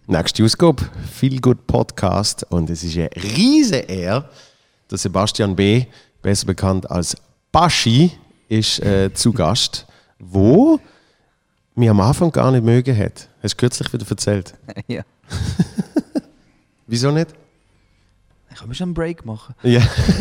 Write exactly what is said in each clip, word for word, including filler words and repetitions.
Nächste Ausgabe, Feel Good Podcast. Und es ist eine riesige Ehre, der Sebastian B., besser bekannt als Baschi, ist äh, zu Gast, wo mich am Anfang gar nicht mögen hat. Hast du kürzlich wieder erzählt? Ja. Wieso nicht? Ich kann mir schon einen Break machen. Ja.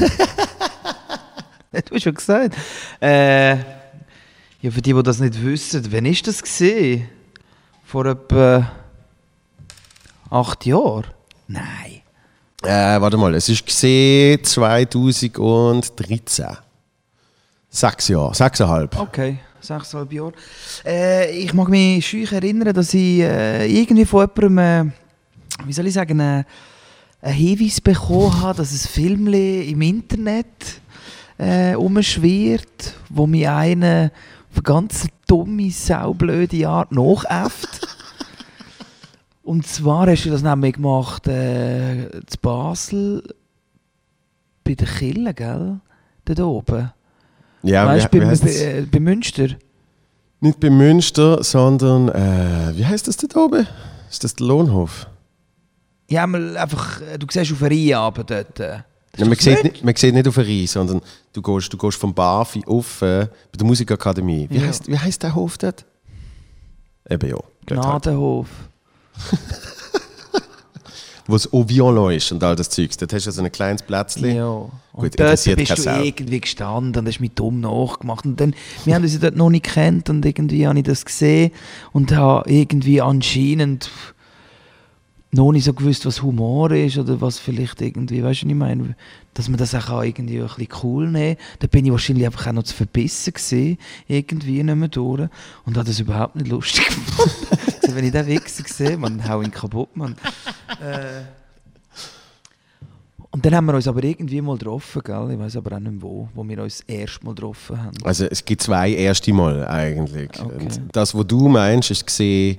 Du hast schon gesagt. Äh, ja, für die, die das nicht wissen, wann ist das gesehen? Vor etwa acht Jahren? Nein. Äh, warte mal, es ist gesehen zweitausenddreizehn. Sechs Jahre, sechseinhalb. Okay, sechseinhalb Jahre. Äh, ich mag mich schön erinnern, dass ich äh, irgendwie von jemandem, äh, wie soll ich sagen, äh, einen Hinweis bekommen habe, dass ein Film im Internet äh, umschwirrt, wo mir einer auf eine ganz dumme, saublöde Art nachäfft. Und zwar hast du das nämlich gemacht äh, in Basel bei der Kille, gell? Dort oben. Ja, weißt wie, du, wie bei, bei, bei Münster? Nicht bei Münster, sondern, äh, wie heißt das dort oben? Ist das der Lohnhof? Ja, mal einfach, du siehst auf eine Reihe aber dort. Äh, Ja, man, sieht nicht, man sieht nicht auf eine Reihe, sondern du gehst, du gehst vom Bafi auf äh, bei der Musikakademie. Wie, ja. heisst, wie heisst der Hof dort? Eben ja. Gnadenhof. Wo es au violon ist und all das Zeugs. Dort hast du so ein kleines Plätzchen. Ja. Gut, und dort interessiert bist keine du Sau. irgendwie gestanden und hast mich dumm nachgemacht. Und dann, wir haben uns ja dort noch nicht gekannt und irgendwie habe ich das gesehen und habe irgendwie anscheinend noch nicht so gewusst, was Humor ist oder was vielleicht irgendwie, weißt du, was ich meine, dass man das auch irgendwie ein bisschen cool nehmen kann. Da bin ich wahrscheinlich einfach auch noch zu verbissen gewesen, irgendwie nicht mehr durch und habe das überhaupt nicht lustig gefunden. Also, wenn ich den Wichser sehe, man hau ihn kaputt, man. Äh. Und dann haben wir uns aber irgendwie mal getroffen, gell? Ich weiß aber auch nicht wo, wo wir uns das erste Mal getroffen haben. Also es gibt zwei erste Mal eigentlich. Okay. Und das, was du meinst, ist gesehen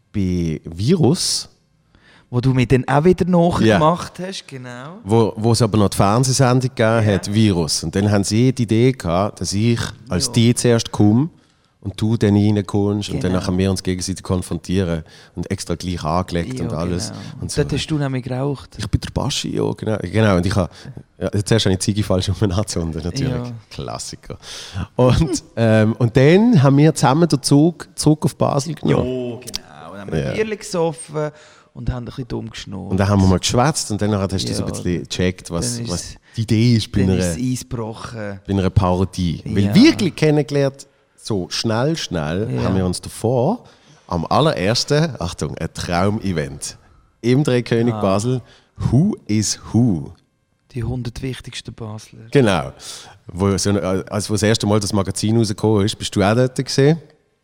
bei Virus. Wo du mir dann auch wieder nachgemacht Ja. hast, genau. Wo, wo es aber noch die Fernsehsendung gegeben Ja. hat, Virus. Und dann haben sie die Idee gehabt, dass ich als Ja. die zuerst komme und du dann reinkommst und dann Genau. nachher wir uns gegenseitig konfrontieren und extra gleich angelegt Ja, und alles. genau. Und so. Dort hast du nämlich geraucht. Ich bin der Baschi, ja, genau. genau. Und ich habe, ja, zuerst habe ich die Ziege falsch umgezündet, natürlich. Ja. Klassiker. Und, ähm, und dann haben wir zusammen den Zug zurück auf Basel genommen. Ja, genau. Und haben wir Ja. ein Bierchen gesoffen und haben ein bisschen dumm geschnurrt. Und dann haben wir mal geschwätzt und dann hast du Ja, so ein bisschen gecheckt, was, dann ist- was die Idee ist bei Dann einer, ist das Eis gebrochen. bei einer Parodie. Weil Ja. wirklich kennengelernt, so schnell, schnell, Ja. haben wir uns davor am allerersten, Achtung, ein Traumevent im Dreikönig Ah. Basel, Who is Who? Die hundert wichtigsten Basler. Genau. Wo, so, als wo das erste Mal das Magazin rausgekommen ist, bist du auch dort gesehen.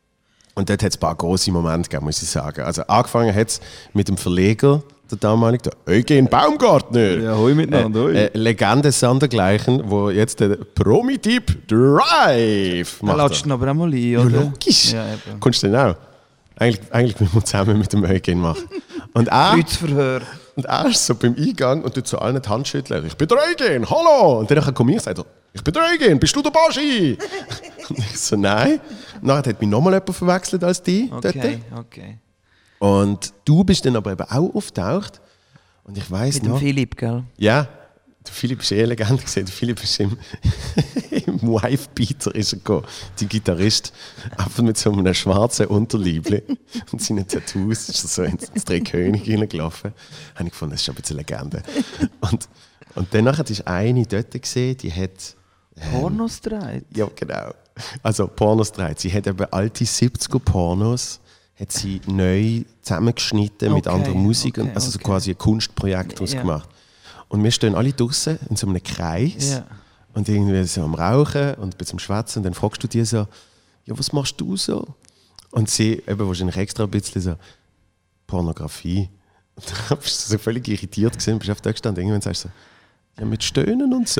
Und dort hat es ein paar grosse Momente gegeben, muss ich sagen. Also angefangen hat es mit dem Verleger, der damalige, der Eugen Baumgartner. Ja, hoi miteinander, hoi. Äh, äh, Legende sondergleichen, wo jetzt der Promi-Typ Drive Da macht. latscht ihn aber auch mal ein, Ja, oder? logisch. Ja, eben. Kannst du den auch? Eigentlich, eigentlich müssen wir zusammen mit dem Eugen machen. Und er, Kreuzverhör. und er ist so beim Eingang und tut so allen die Hand schütteln. Ich bin der Eugen, hallo! Und dann komme ich und sagt er, ich bin der Eugen, bist du der Baschi? Und ich so, nein. Und dann hat mich nochmal jemand verwechselt als die Okay, okay. dort. Und du bist dann aber eben auch auftaucht. Und ich weiss Mit dem noch... Philipp, gell? Ja, der Philipp ist eh eine Legende gesehen. Der Philipp ist im, im Wife-Beater ist er gekommen. Die Gitarrist, einfach mit so einem schwarzen Unterliebli und seinen Tattoos ist er so ins, ins Dreikönig hineingelaufen. Habe ich gefunden, das ist schon ein bisschen Legende. Und, und danach ist eine dort gesehen, die hat... Pornos dreht. Ja, genau. Also Pornos dreht. Sie hat eben alte siebziger-Pornos hat sie neu zusammengeschnitten mit Okay, anderer Musik, okay, und also so okay. quasi ein Kunstprojekt daraus Ja. gemacht. Und wir stehen alle draußen in so einem Kreis Ja. und irgendwie so am Rauchen und zum Schwätzen und dann fragst du die so, ja, was machst du so? Und sie eben wahrscheinlich extra ein bisschen so, Pornografie. Und dann bist du so völlig irritiert gesehen, bist auf da gestanden und irgendwann sagst du so, ja, mit Stöhnen und so.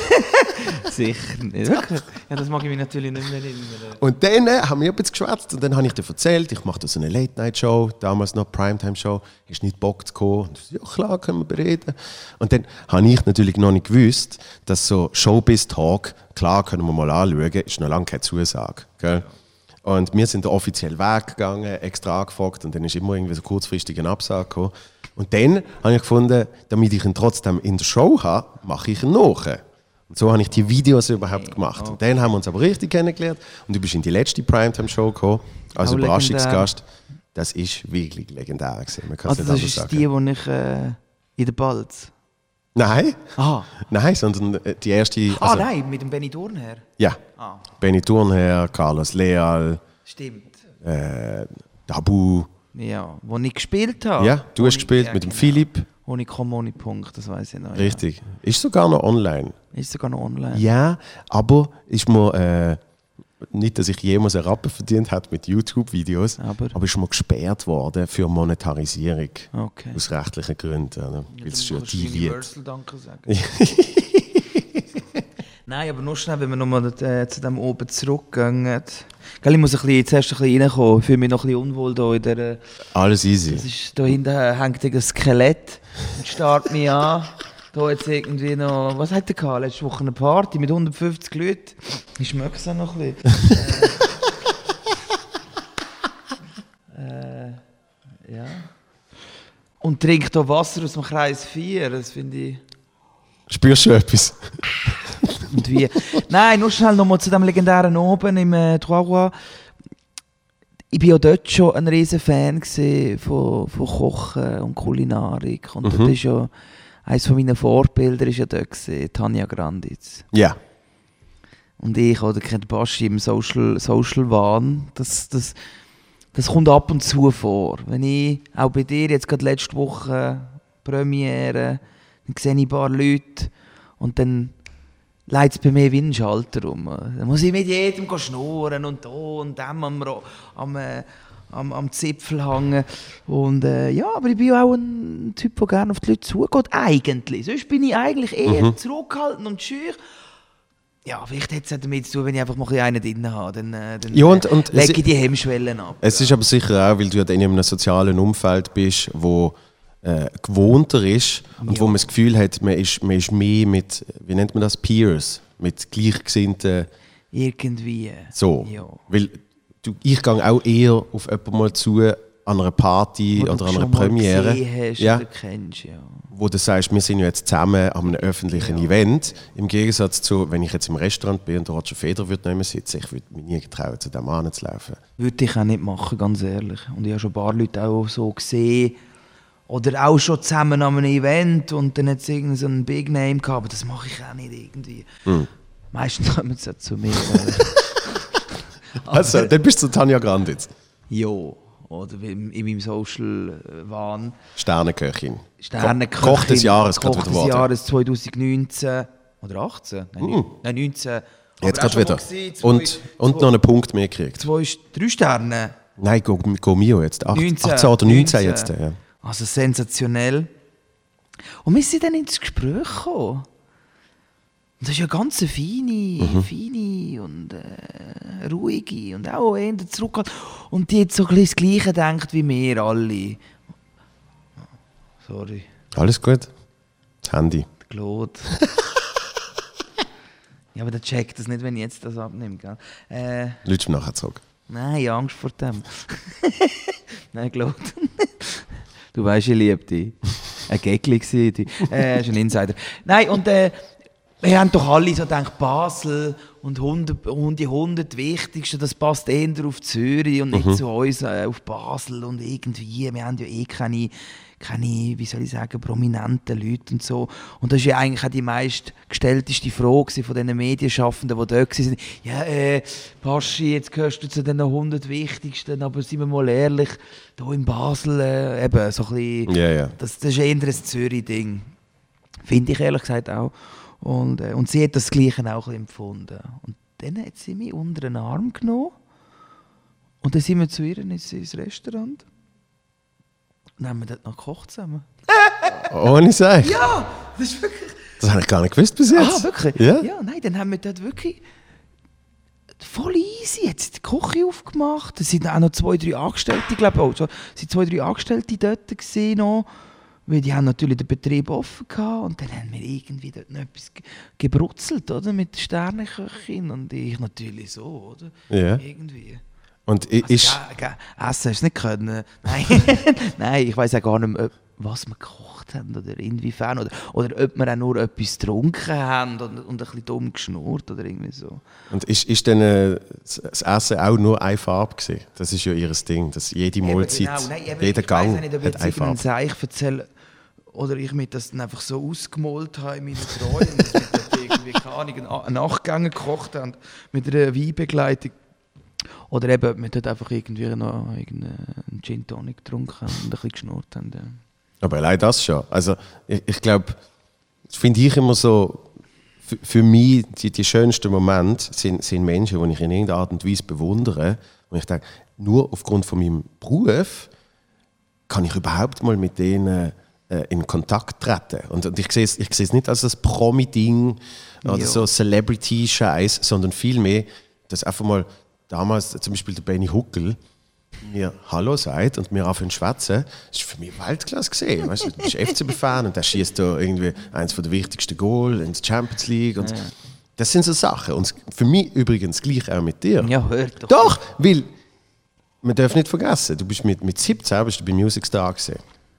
Sicher nicht. Wirklich? Ja, das mag ich mich natürlich nicht mehr erinnern. Und dann äh, haben wir ein bisschen geschwätzt und dann habe ich dir erzählt, ich mache da so eine Late-Night-Show, damals noch Primetime-Show, hast nicht Bock zu kommen? Und ich so, ja klar, können wir bereden. Und dann habe ich natürlich noch nicht gewusst, dass so Showbiz-Talk, klar können wir mal anschauen, ist noch lange keine Zusage. Gell? Und wir sind den offiziellen Weg gegangen, extra angefragt und dann ist immer irgendwie so kurzfristig ein Absage gekommen. Und dann habe ich gefunden, damit ich ihn trotzdem in der Show habe, mache ich ihn nach. Und so habe ich die Videos überhaupt gemacht. Und dann haben wir uns aber richtig kennengelernt und du bist in die letzte Primetime-Show gekommen, als Auch Überraschungsgast. Das ist wirklich legendär gewesen. Man kann es Also nicht das anders ist sagen. die, die ich äh, in der Balz... Nein, Ah, nein, sondern äh, die erste... ah Also, nein, mit dem Benny Thurnherr. ja, Ah, Benny Thurnherr, Carlos Leal, stimmt. äh, Dabu. Ja, wo ich gespielt habe. Ja, du Wo hast ich- gespielt ja, mit dem genau. Philipp. Ohne Komma, ohne Punkt, das weiß ich noch. Richtig. Ist sogar noch online. Ja. Ist sogar noch online. Ja, aber ist mir... Äh, nicht, dass ich jemals einen Rappen verdient habe mit YouTube-Videos, Aber- aber ist mir gesperrt worden für Monetarisierung. Okay. Aus rechtlichen Gründen. Oder? Weil es ist ja kannst du die Lied. Universal Danke sagen. Nein, aber nur schnell, wenn wir nochmal äh, zu dem oben zurückgehen. Gell, ich muss ein bisschen, zuerst ein bisschen reinkommen. Ich fühle mich noch ein bisschen unwohl hier in der... Alles easy. Das ist, da hinten hängt ein Skelett und starrt mich an. Da jetzt irgendwie noch... Was hat der gehabt? Letzte Woche eine Party mit hundertfünfzig Leuten. Ich schmecke es auch noch ein bisschen. äh, äh, ja. Und trinkt hier Wasser aus dem Kreis vier. Das finde ich... Spürst du etwas? Und wie? Nein, nur schnell nochmal zu dem legendären Oben im äh, Trois Rois. Ich war ja dort schon ein riesen Fan gewesen von, von Kochen und Kulinarik. Und Mhm. dort ist ja, eines meiner Vorbilder ist ja dort gewesen, Tanja Granditz. Ja. Und ich, oder kennt Baschi im Social, Social Wahn, das, das, das kommt ab und zu vor. Wenn ich, auch bei dir, jetzt gerade letzte Woche Premiere, dann sehe ich ein paar Leute und dann leitet es bei mir wie ein Schalter rum. Dann muss ich mit jedem gehen schnurren und da und dem am, Ro- am, äh, am, am Zipfel hängen. Und äh, ja, aber ich bin auch ein Typ, der gerne auf die Leute zugeht, eigentlich. Sonst bin ich eigentlich eher Mhm. zurückhaltend und schüch. Ja, vielleicht hat es damit zu tun, wenn ich einfach mal ein bisschen einen drin habe. Dann, äh, dann Ja, und- und äh, lege es- ich die Hemmschwellen ab. Es ist aber sicher auch, weil du ja dann in einem sozialen Umfeld bist, wo äh, gewohnter ist und Ja. wo man das Gefühl hat, man ist, man ist mehr mit, wie nennt man das, Peers, mit Gleichgesinnten, Irgendwie. so. Ja. Weil du, ich gehe auch eher auf jemanden mal zu an einer Party Wo oder du an einer schon mal Premiere, gesehen hast ja, oder kennst, ja. wo du sagst, wir sind ja jetzt zusammen an einem öffentlichen Ja. Event. Im Gegensatz zu, wenn ich jetzt im Restaurant bin und der Roger Federer würde neben mir sitzen, ich würde mich nie getrauen, zu dem anzulaufen. Würde ich auch nicht machen, ganz ehrlich. Und ich habe schon ein paar Leute auch so gesehen. Oder auch schon zusammen an einem Event und dann hat es irgendeinen so einen Big Name gehabt. Aber das mache ich auch nicht irgendwie. Mhm. Meistens kommen sie ja zu mir. weil- Also, dann bist du Tanja Granditz, ja, oder in, in meinem Social-Wahn. Sternenköchin. Sternenköchin. Koch des Jahres gerade Koch wieder des geworden. Jahres zwanzig neunzehn. Oder achtzehn? Nein, Mhm. nein neunzehn. Jetzt Aber auch gerade schon wieder. mal gewesen, zwei- Und, und zwei- noch einen Punkt mehr gekriegt. Zwei, drei Sterne. Nein, go, go Mio jetzt. Acht- neunzehn. achtzehn oder neunzehn neunzehn. jetzt. Ja. Also sensationell. Und wir sind dann ins Gespräch gekommen. Und das ist ja ganz eine feine, Mhm. feine und äh, ruhige und auch eher zurück. Und die jetzt so ein bisschen das Gleiche denkt wie wir alle. Sorry, Alles gut? Das Handy. der Claude. Ja, aber der checkt das nicht, wenn ich jetzt das abnehme. Gell? Äh, Lütsch mir nachher zurück. Nein, Angst vor dem. Nein, Claude. Du weißt, ich liebe dich. Ein Gäckli war die. Äh, ist ein Insider. Nein, und äh, wir haben doch alle so gedacht, Basel und hundert, und die hundert Wichtigsten, das passt eher auf Zürich und nicht Mhm. zu uns äh, auf Basel und irgendwie. Wir haben ja eh keine, keine, wie soll ich sagen, prominenten Leute und so. Und das war ja eigentlich auch die meistgestellteste Frage von diesen Medienschaffenden, die dort waren. Ja, äh, Paschi, jetzt gehörst du zu den hundert Wichtigsten, aber seien wir mal ehrlich, hier in Basel äh, eben so ein bisschen, Ja, ja. das, das ist eher ein Zürich-Ding. Finde ich ehrlich gesagt auch. Und, äh, und sie hat das Gleiche auch ein bisschen empfunden. Und dann hat sie mich unter den Arm genommen. Und dann sind wir zu ihr ins, ins Restaurant. Und haben wir dort noch gekocht zusammen. Ohne Sei. Ja, das ist wirklich... Das habe ich gar nicht gewusst bis jetzt. Ah, wirklich? Ja? Ja, nein, dann haben wir dort wirklich... Voll easy, jetzt die Küche aufgemacht. Es sind auch noch zwei, drei Angestellte, glaube ich. Oh, so, es sind zwei, drei Angestellte dort gewesen noch. Weil die haben natürlich den Betrieb offen gehabt. Und dann haben wir irgendwie dort noch etwas ge- gebrutzelt, oder? Mit der Sternenköchin. Und ich natürlich so, oder? Ja. Irgendwie. Und also, ist... Ge- ge- essen hast du nicht können. Nein, Nein ich weiss auch gar nicht mehr, was wir gekocht haben oder inwiefern. Oder, oder ob wir auch nur etwas getrunken haben und, und ein bisschen dumm geschnurrt oder irgendwie so. Und ist, ist dann äh, das Essen auch nur eine Farbe gewesen? Das ist ja ihr Ding, dass jede Mahlzeit, genau. Nein, eben, jeder Gang nicht, ob hat eine Farbe. Seich erzählen oder ich mir das dann einfach so ausgemalt habe in meinen Träumen und dass wir irgendwie keine Ahnung, einen Nachgang gekocht haben mit einer Weinbegleitung. Oder eben, wir dort einfach irgendwie noch einen Gin Tonic getrunken und ein bisschen geschnurrt haben. Ja. Aber allein das schon. Also ich, ich glaube, das finde ich immer so, für, für mich die, die schönsten Momente sind, sind Menschen, die ich in irgendeiner Art und Weise bewundere. Und ich denke, nur aufgrund von meinem Beruf kann ich überhaupt mal mit denen äh, in Kontakt treten. Und, und ich sehe es ich sehe es nicht als das Promi-Ding oder jo. so Celebrity-Scheiß, sondern vielmehr, dass einfach mal damals zum Beispiel der Benny Huckel mir Hallo sagt und mir anfängt zu schwätzen, das ist für mich Weltklasse gesehen. Weißt du, du bist F C B-Fan und der schießt da irgendwie eines der wichtigsten Goal in der Champions League. Und ja. Das sind so Sachen. Und für mich übrigens gleich auch mit dir. Ja, hört doch. Doch, weil man darf nicht vergessen, du bist mit, mit siebzehn bist du bei Music Star gesehen.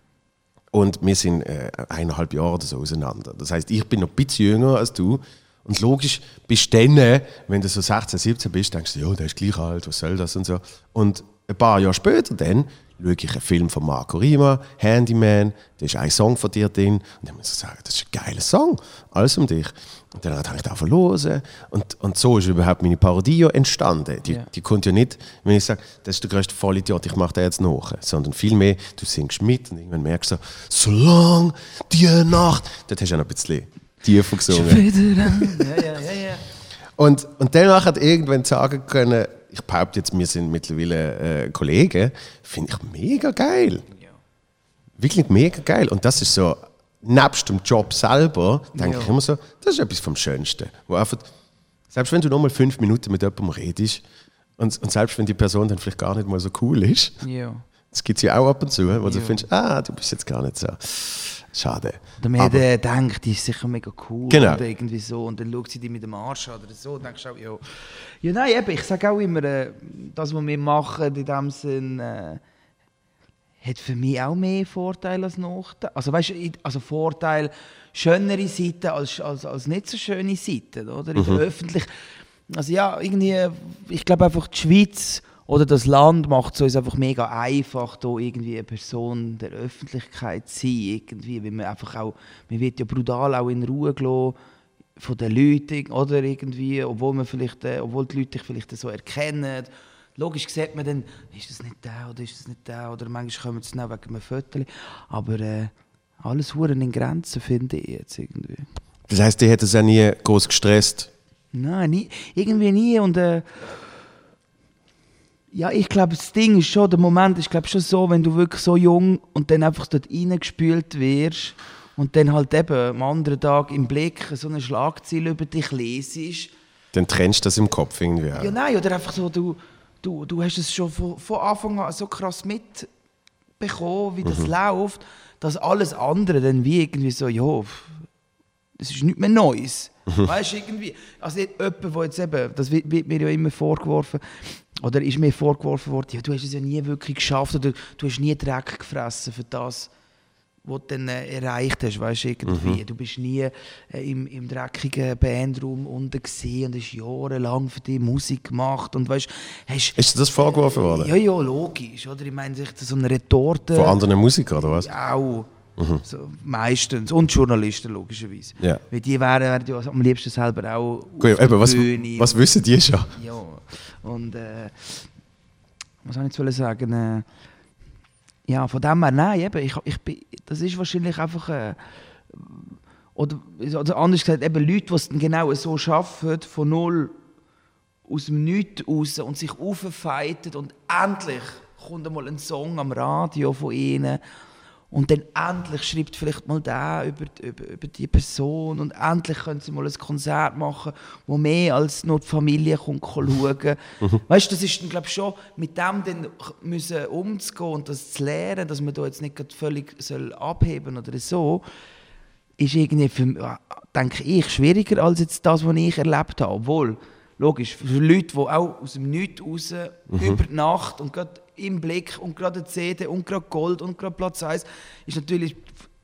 Und wir sind äh, eineinhalb Jahre oder so auseinander. Das heisst, ich bin noch ein bisschen jünger als du. Und logisch bist du dann, wenn du so sechzehn, siebzehn bist, denkst du, ja, der ist gleich alt, was soll das und so. Und ein paar Jahre später dann schaue ich einen Film von Marco Rima, Handyman, da ist ein Song von dir drin. Und dann muss ich sagen, das ist ein geiler Song, alles um dich. Und dann habe ich da verloren. Und, und so ist überhaupt meine Parodie entstanden. Die, yeah. die kommt ja nicht, wenn ich sage, das ist der grösste Vollidiot, ich mache den jetzt nach. Sondern vielmehr, du singst mit und irgendwann merkst du so, solange die Nacht, dort hast du auch noch ein bisschen tiefer gesungen. ja, ja, ja, ja. Und, und danach hat irgendwann sagen können, ich behaupte jetzt, wir sind mittlerweile äh, Kollegen, finde ich mega geil. Ja. Wirklich mega geil. Und das ist so, nebst dem Job selber, denke ja. ich immer so, das ist etwas vom Schönsten. Wo einfach, selbst wenn du noch mal fünf Minuten mit jemandem redest und, und selbst wenn die Person dann vielleicht gar nicht mal so cool ist, ja. das gibt es ja auch ab und zu, wo ja. du findest, ah, du bist jetzt gar nicht so. Schade. Oder man aber, denkt, die ist sicher mega cool genau. oder irgendwie so und dann schaut sie dich mit dem Arsch an oder so und denkst auch, ja, ja nein, eben, ich sage auch immer, äh, das, was wir machen, in dem Sinn, äh, hat für mich auch mehr Vorteile als Nachteile. Also weißt du, also Vorteil, schönere Seiten als, als, als nicht so schöne Seiten, oder? Mhm. Öffentlich, also ja, irgendwie, ich glaube einfach die Schweiz oder das Land macht es uns einfach mega einfach, da irgendwie eine Person der Öffentlichkeit zu sein, irgendwie, weil man einfach auch, man wird ja brutal auch in Ruhe gelassen von den Leuten, oder irgendwie, obwohl man vielleicht, äh, obwohl die Leute dich vielleicht so erkennen. Logisch sieht man dann, ist das nicht der oder ist das nicht der, oder manchmal kommen sie dann auch wegen einem Foto. Aber äh, alles Huren in Grenzen, finde ich jetzt irgendwie. Das heisst, die hätten es auch nie groß gestresst? Nein, nie, irgendwie nie und äh, ja, ich glaube, das Ding ist schon, der Moment ist glaube schon so, wenn du wirklich so jung und dann einfach dort reingespült wirst und dann halt eben am anderen Tag im Blick so eine Schlagzeile über dich lesest. Dann trennst du das im Kopf irgendwie auch. Ja, nein, oder einfach so, du, du, du hast es schon von, von Anfang an so krass mitbekommen, wie das mhm. läuft, dass alles andere dann wie irgendwie so, ja, das ist nichts mehr Neues. Mhm. Weißt du, irgendwie, also nicht jemand, der jetzt eben, das wird, wird mir ja immer vorgeworfen, oder ist mir vorgeworfen worden, ja, du hast es ja nie wirklich geschafft oder du hast nie Dreck gefressen für das, was du dann äh, erreicht hast, weißt, irgendwie. Mhm. Du bist nie äh, im, im dreckigen Bandraum unten gesehen und hast jahrelang für dich Musik gemacht und weißt, hast... Ist dir das vorgeworfen worden? Ja, ja, logisch, oder? Ich meine, so eine Retorte... Von anderen Musikern, oder was? Ja, auch. Mhm. So, meistens. Und Journalisten, logischerweise. Ja. Weil die wären, wären ja am liebsten selber auch Gut, eben, was, was wissen die schon? Ja. Und äh, was soll ich jetzt sagen? Äh, ja, von dem her, nein, eben, ich, ich bin, das ist wahrscheinlich einfach, äh, oder, oder anders gesagt, eben Leute, die es genau so schaffen, von null aus dem Nichts raus und sich auffeiten und endlich kommt einmal ein Song am Radio von ihnen und dann endlich schreibt vielleicht mal der über, über, über die Person und endlich können sie mal ein Konzert machen, wo mehr als nur die Familie kommt schauen. Mhm. Weißt du, das ist dann, glaube ich, schon mit dem dann müssen umzugehen und das zu lernen, dass man da jetzt nicht völlig soll abheben oder so, ist irgendwie, für, denke ich, schwieriger als jetzt das, was ich erlebt habe. Obwohl, logisch, für Leute, die auch aus dem Nichts raus, Mhm. über die Nacht und gerade im Blick und gerade eine C D und gerade Gold und gerade Platz eins, ist natürlich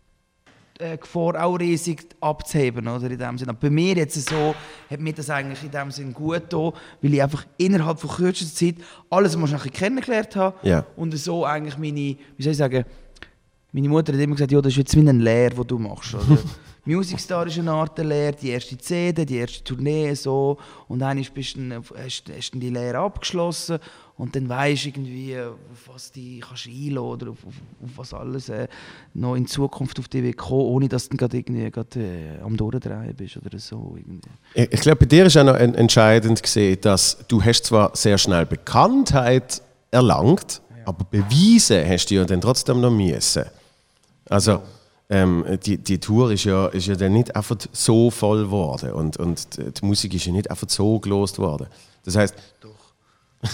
die Gefahr auch riesig abzuheben, oder, in dem Sinne. Aber bei mir jetzt so, hat mir das eigentlich in dem Sinne gut getan, weil ich einfach innerhalb von kürzester Zeit alles mal ein bisschen kennengelernt habe Ja. und so eigentlich meine, wie soll ich sagen, meine Mutter hat immer gesagt, ja, das ist jetzt wie eine Lehre, die du machst. Oder? Music Star ist eine Art Lehre, die erste C D, die erste Tournee, so. Und dann bist du dann, hast, hast du die Lehre abgeschlossen und dann weisst du irgendwie, auf was du dich kannst einlassen oder auf, auf, auf was alles äh, noch in Zukunft auf dich wird kommen, ohne dass du gerade irgendwie gerade, äh, am Durchdrehen bist oder so. Irgendwie. Ich, ich glaube, bei dir ist auch noch en- entscheidend gesehen, dass du hast zwar sehr schnell Bekanntheit erlangt, ja. aber beweisen hast du ja dann trotzdem noch müssen. Also ähm, die, die Tour ist ja, ist ja dann nicht einfach so voll geworden und, und die, die Musik ist ja nicht einfach so gelost worden. Das heißt, Doch.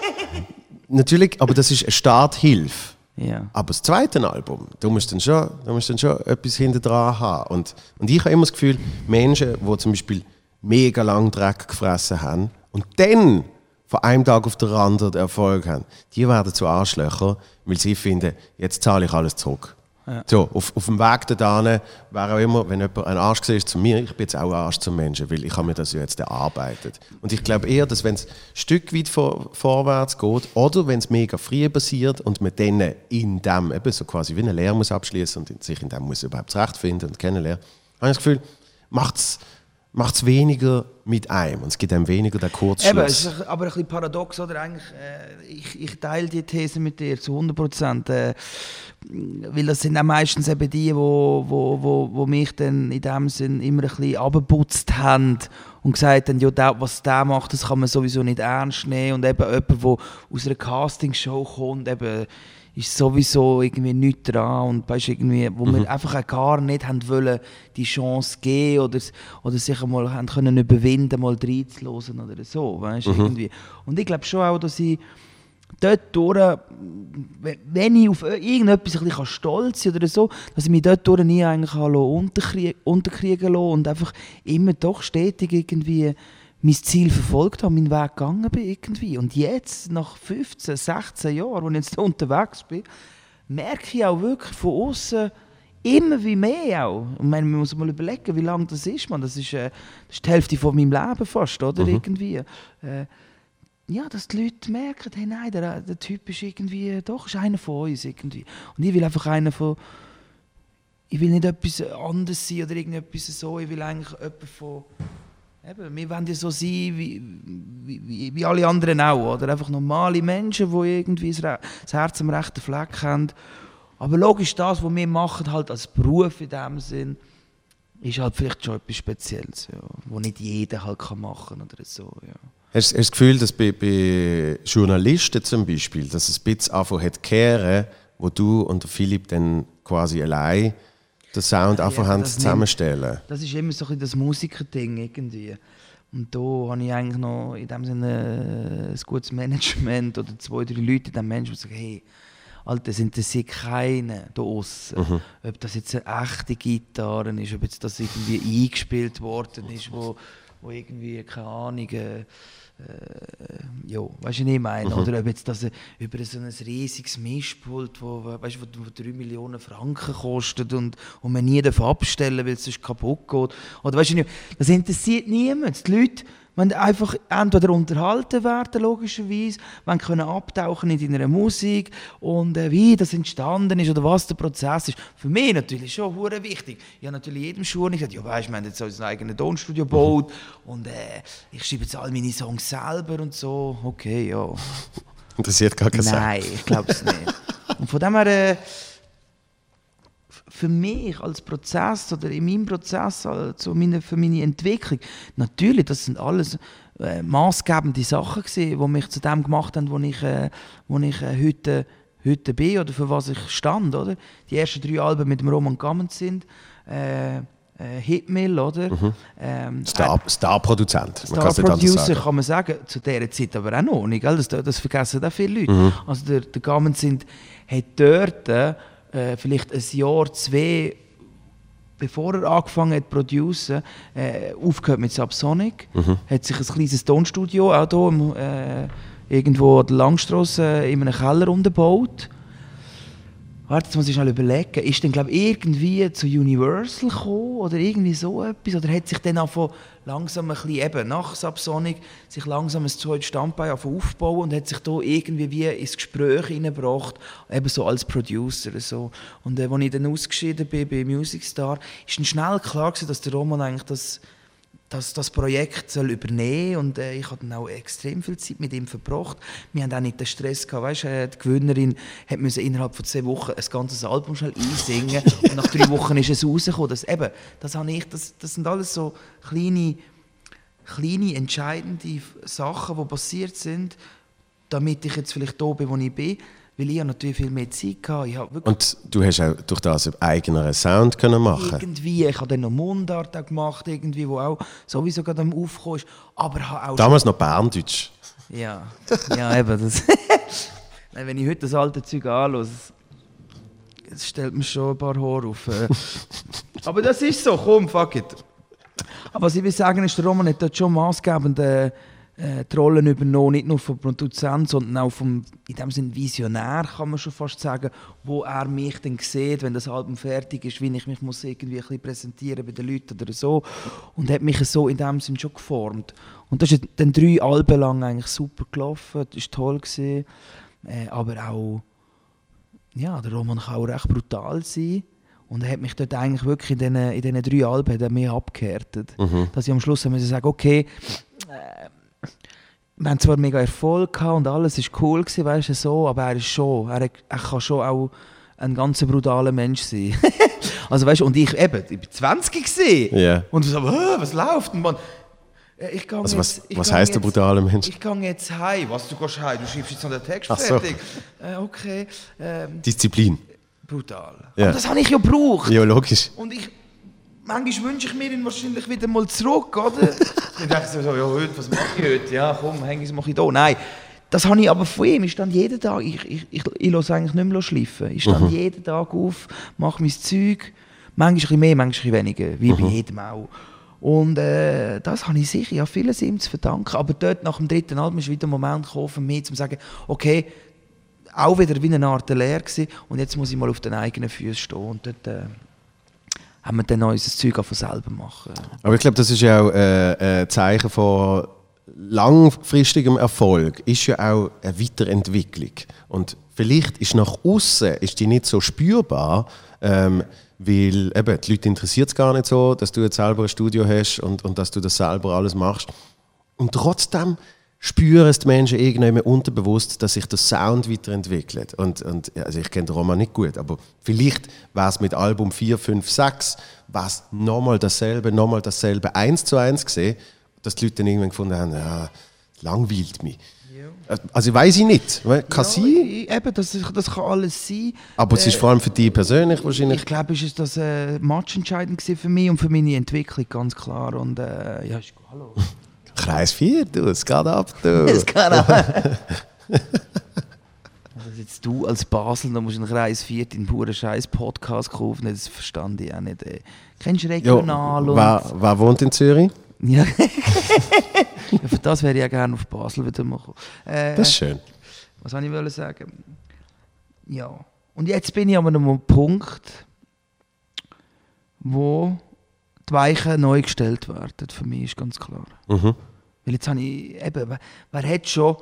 natürlich, aber das ist eine Starthilfe. Ja. Aber das zweite Album, da musst du dann schon, da musst du dann schon etwas hinter dran haben. Und, und ich habe immer das Gefühl, Menschen, die zum Beispiel mega lang Dreck gefressen haben und dann von einem Tag auf den anderen den Erfolg haben, die werden zu Arschlöchern, weil sie finden, jetzt zahle ich alles zurück. Ja. So, auf, auf dem Weg dorthin wäre auch immer, wenn jemand ein Arsch war zu mir, ich bin jetzt auch ein Arsch zum Menschen, weil ich habe mir das ja jetzt erarbeitet. Und ich glaube eher, dass wenn es ein Stück weit vor, vorwärts geht oder wenn es mega früh passiert und man dann in dem, eben so quasi wie eine Lehre muss abschließen und sich in dem muss überhaupt zurechtfinden und kennenlernen, habe ich das Gefühl, macht es macht es weniger mit einem und es gibt einem weniger den Kurzschluss. Eben, es ist aber ein bisschen paradox, oder? Eigentlich, äh, ich, ich teile die These mit dir zu hundert Prozent. Äh, weil das sind auch meistens eben die, die wo, wo, wo, wo mich dann in dem Sinn immer ein bisschen abgeputzt haben und gesagt haben, ja, der, was der macht, das kann man sowieso nicht ernst nehmen. Und eben jemand, der aus einer Castingshow kommt, eben, ist sowieso irgendwie nichts dran und weißt, irgendwie, wo Mhm. wir einfach auch gar nicht haben wollen, die Chance geben oder, oder sich einmal haben können überwinden, mal reinzuhören oder so, weißt, Mhm. irgendwie. Und ich glaube schon auch, dass ich dort durch, wenn ich auf irgendetwas ein bisschen stolz sein oder so, dass ich mich dort durch nie eigentlich unterkriegen, unterkriegen lasse und einfach immer doch stetig irgendwie mein Ziel verfolgt habe, meinen Weg gegangen bin irgendwie. Und jetzt, nach fünfzehn, sechzehn Jahren, als ich jetzt unterwegs bin, merke ich auch wirklich von außen immer wie mehr auch. Und man muss mal überlegen, wie lange das ist. Man. Das, ist äh, das ist die Hälfte von meinem Leben fast, oder? Mhm. Irgendwie. Äh, ja, dass die Leute merken, hey, nein, der, der Typ ist irgendwie, doch, ist einer von uns irgendwie. Und ich will einfach einer von, ich will nicht etwas anderes sein oder irgendetwas so, ich will eigentlich jemand von, eben, wir wollen ja so sein wie, wie, wie, wie alle anderen auch, oder? Einfach normale Menschen, die irgendwie das, Re- das Herz am rechten Fleck haben. Aber logisch, das, was wir machen, halt als Beruf in dem Sinn, ist halt vielleicht schon etwas Spezielles, ja, wo nicht jeder halt kann machen oder so, ja. Hast du das Gefühl, dass bei, bei Journalisten zum Beispiel, dass es ein bisschen einfach hat kehren, wo du und der Philipp dann quasi allein den Sound Ja, einfach haben das zusammenstellen? Das ist immer so ein bisschen das Musikerding irgendwie. Und da habe ich eigentlich noch in dem Sinne ein gutes Management oder zwei, drei Leute in diesem Menschen, die sagen, hey, Alter, es interessiert keinen da aussen. Mhm. Ob das jetzt eine echte Gitarre ist, ob jetzt das irgendwie eingespielt worden ist, wo, wo irgendwie, keine Ahnung, äh, äh, ja, weißt du, was ich meine? Mhm. Oder ob jetzt das äh, über so ein riesiges Mischpult, wo, weißt, wo, wo drei Millionen Franken kostet und, und man nie darf abstellen, weil es sonst kaputt geht. Oder weißt du nicht, das interessiert niemand. Die Leute wollen einfach entweder unterhalten werden, logischerweise, wollen können abtauchen in deiner Musik und äh, wie das entstanden ist oder was der Prozess ist. Für mich natürlich schon hure wichtig. Ich habe natürlich jedem Schulung gesagt, ja weißt, wir haben jetzt unser eigenes Tonstudio gebaut und äh, ich schreibe jetzt all meine Songs selber und so. Okay, ja. Interessiert gar keinen Nein, ich glaube es nicht. Und von dem her, äh, für mich als Prozess oder in meinem Prozess, also meine, für meine Entwicklung, natürlich, das sind alles äh, maßgebende Sachen gewesen, die mich zu dem gemacht haben, wo ich, äh, wo ich äh, heute, heute bin oder für was ich stand. Oder? Die ersten drei Alben mit dem Roman Gammens sind äh, äh, Hitmill, oder? Mhm. Ähm, Star, Star-Produzent, man kann es nicht anders Star-Producer sagen. kann man sagen, zu dieser Zeit aber auch noch nicht, gell? Das, das vergessen auch viele Leute. Mhm. Also der, der Gammens sind, hat dort äh, vielleicht ein Jahr, zwei bevor er angefangen hat zu produzieren, äh, aufgehört mit Subsonic, mhm. hat sich ein kleines Tonstudio auch hier im, äh, irgendwo an der Langstrasse äh, in einem Keller umgebaut. Warte, jetzt muss ich schnell überlegen, ist dann glaube irgendwie zu Universal gekommen oder irgendwie so etwas? Oder hat sich dann einfach langsam ein bisschen, eben nach Subsonic, sich langsam ein zweites Standbein aufbauen und hat sich da irgendwie wie ins Gespräch hineingebracht, eben so als Producer. So. Und äh, als ich dann ausgeschieden bin bei Music Star, ist dann schnell klar gewesen, dass der Roman eigentlich das dass das Projekt soll übernehmen und äh, ich habe dann auch extrem viel Zeit mit ihm verbracht. Wir haben auch nicht den Stress gehabt, weißt, äh, die Gewinnerin hat müssen innerhalb von zwei Wochen ein ganzes Album schnell einsingen und nach drei Wochen ist es rausgekommen. Das, eben, das, habe ich, das, das sind alles so kleine, kleine entscheidende Sachen, die passiert sind, damit ich jetzt vielleicht da bin, wo ich bin. Weil ich natürlich viel mehr Zeit hatte. Ich und du hast auch durch das einen eigenen Sound können machen? Irgendwie. Ich habe dann noch Mundart auch gemacht, irgendwie, wo auch sowieso gerade am Aufkommen ist. Aber habe auch damals noch Berndeutsch. Ja, ja eben. Das Nein, wenn ich heute das alte Zeug anhöre, es stellt mir schon ein paar Haare auf. Aber das ist so, komm, fuck it. Aber was ich will sagen ist, der Roman hat dort schon maßgebend äh, die Rollen übernommen, nicht nur vom Produzent, sondern auch vom, in dem Sinne Visionär, kann man schon fast sagen, wo er mich dann sieht, wenn das Album fertig ist, wie ich mich muss irgendwie ein bisschen präsentieren bei den Leuten oder so. Und hat mich so in dem Sinne schon geformt. Und das ist dann drei Alben lang eigentlich super gelaufen, das war toll gewesen. Äh, aber auch, ja, der Roman kann auch recht brutal sein. Und er hat mich dort eigentlich wirklich in diesen, in diesen drei Alben hat er mehr abgehärtet. Mhm. Dass ich am Schluss sagen musste, okay, äh, wir haben zwar mega Erfolg gehabt und alles war cool gewesen, weißt du, so, aber er ist schon, er, er kann schon auch ein ganz brutaler Mensch sein. Also weißt du, und ich eben, ich war zwanzig gewesen. Yeah. Und so, was läuft? Und man, ich also jetzt, was was heisst der brutale Mensch? Ich gehe jetzt heim. Was, du gehst heim? Du schreibst jetzt noch den Text Ach so. fertig. Äh, okay. Ähm, Disziplin. Brutal. Yeah. Aber das habe ich ja gebraucht. Ja, logisch. Und ich, manchmal wünsche ich mir ihn wahrscheinlich wieder mal zurück, oder? Ich denke so, ja, heute, was mache ich heute? Ja, komm, was mache ich da? Nein, das habe ich aber von ihm. Ich stand jeden Tag, ich, ich, ich, ich lasse eigentlich nicht mehr schleifen. Ich stand mhm. jeden Tag auf, mache mein Zeug. Manchmal ein bisschen mehr, manchmal ein bisschen weniger, wie mhm. bei jedem auch. Und äh, das habe ich sicher ja vieles ihm zu verdanken. Aber dort, nach dem dritten Album, ist wieder ein Moment gekommen für mich, um zu sagen, okay, auch wieder wie eine Art Lehre gewesen, und jetzt muss ich mal auf den eigenen Füßen stehen. Und dort äh, haben wir dann unser Zeug auch von selber machen. Aber ich glaube, das ist ja auch äh, ein Zeichen von langfristigem Erfolg, ist ja auch eine Weiterentwicklung. Und vielleicht ist nach außen ist die nicht so spürbar, ähm, weil eben, die Leute interessiert es gar nicht so, dass du jetzt selber ein Studio hast und, und dass du das selber alles machst. Und trotzdem spüren es die Menschen irgendwie unterbewusst, dass sich der Sound weiterentwickelt. Und, und, also ich kenne den Roman nicht gut, aber vielleicht war es mit Album vier, fünf, sechs, war es nochmal dasselbe, nochmal dasselbe, eins zu eins gesehen, dass die Leute dann irgendwann gefunden haben, ja, langweilt mich. Ja. Also weiß ich nicht, kann ja, sein. Ich, eben, das, das kann alles sein. Aber es ist äh, vor allem für dich persönlich wahrscheinlich... Ich glaube, ist das äh, matchentscheidend für mich und für meine Entwicklung, ganz klar. Und äh, ja, ist, hallo. Kreis vier, du, es geht ab, du. Es geht ab. Also jetzt du als Basel, da musst du in Kreis vier in puren Scheiß Podcast kaufen, das verstand ich auch nicht. Ey. Kennst du regional? Jo, wer, wer wohnt in Zürich? Ja. Ja, für das wäre ich ja gerne auf Basel wieder machen. Äh, das ist schön. Was wollte ich sagen? Ja. Und jetzt bin ich an einem Punkt, wo die Weichen neu gestellt werden. Für mich ist ganz klar. Mhm. Weil jetzt habe ich eben, wer, wer hat schon...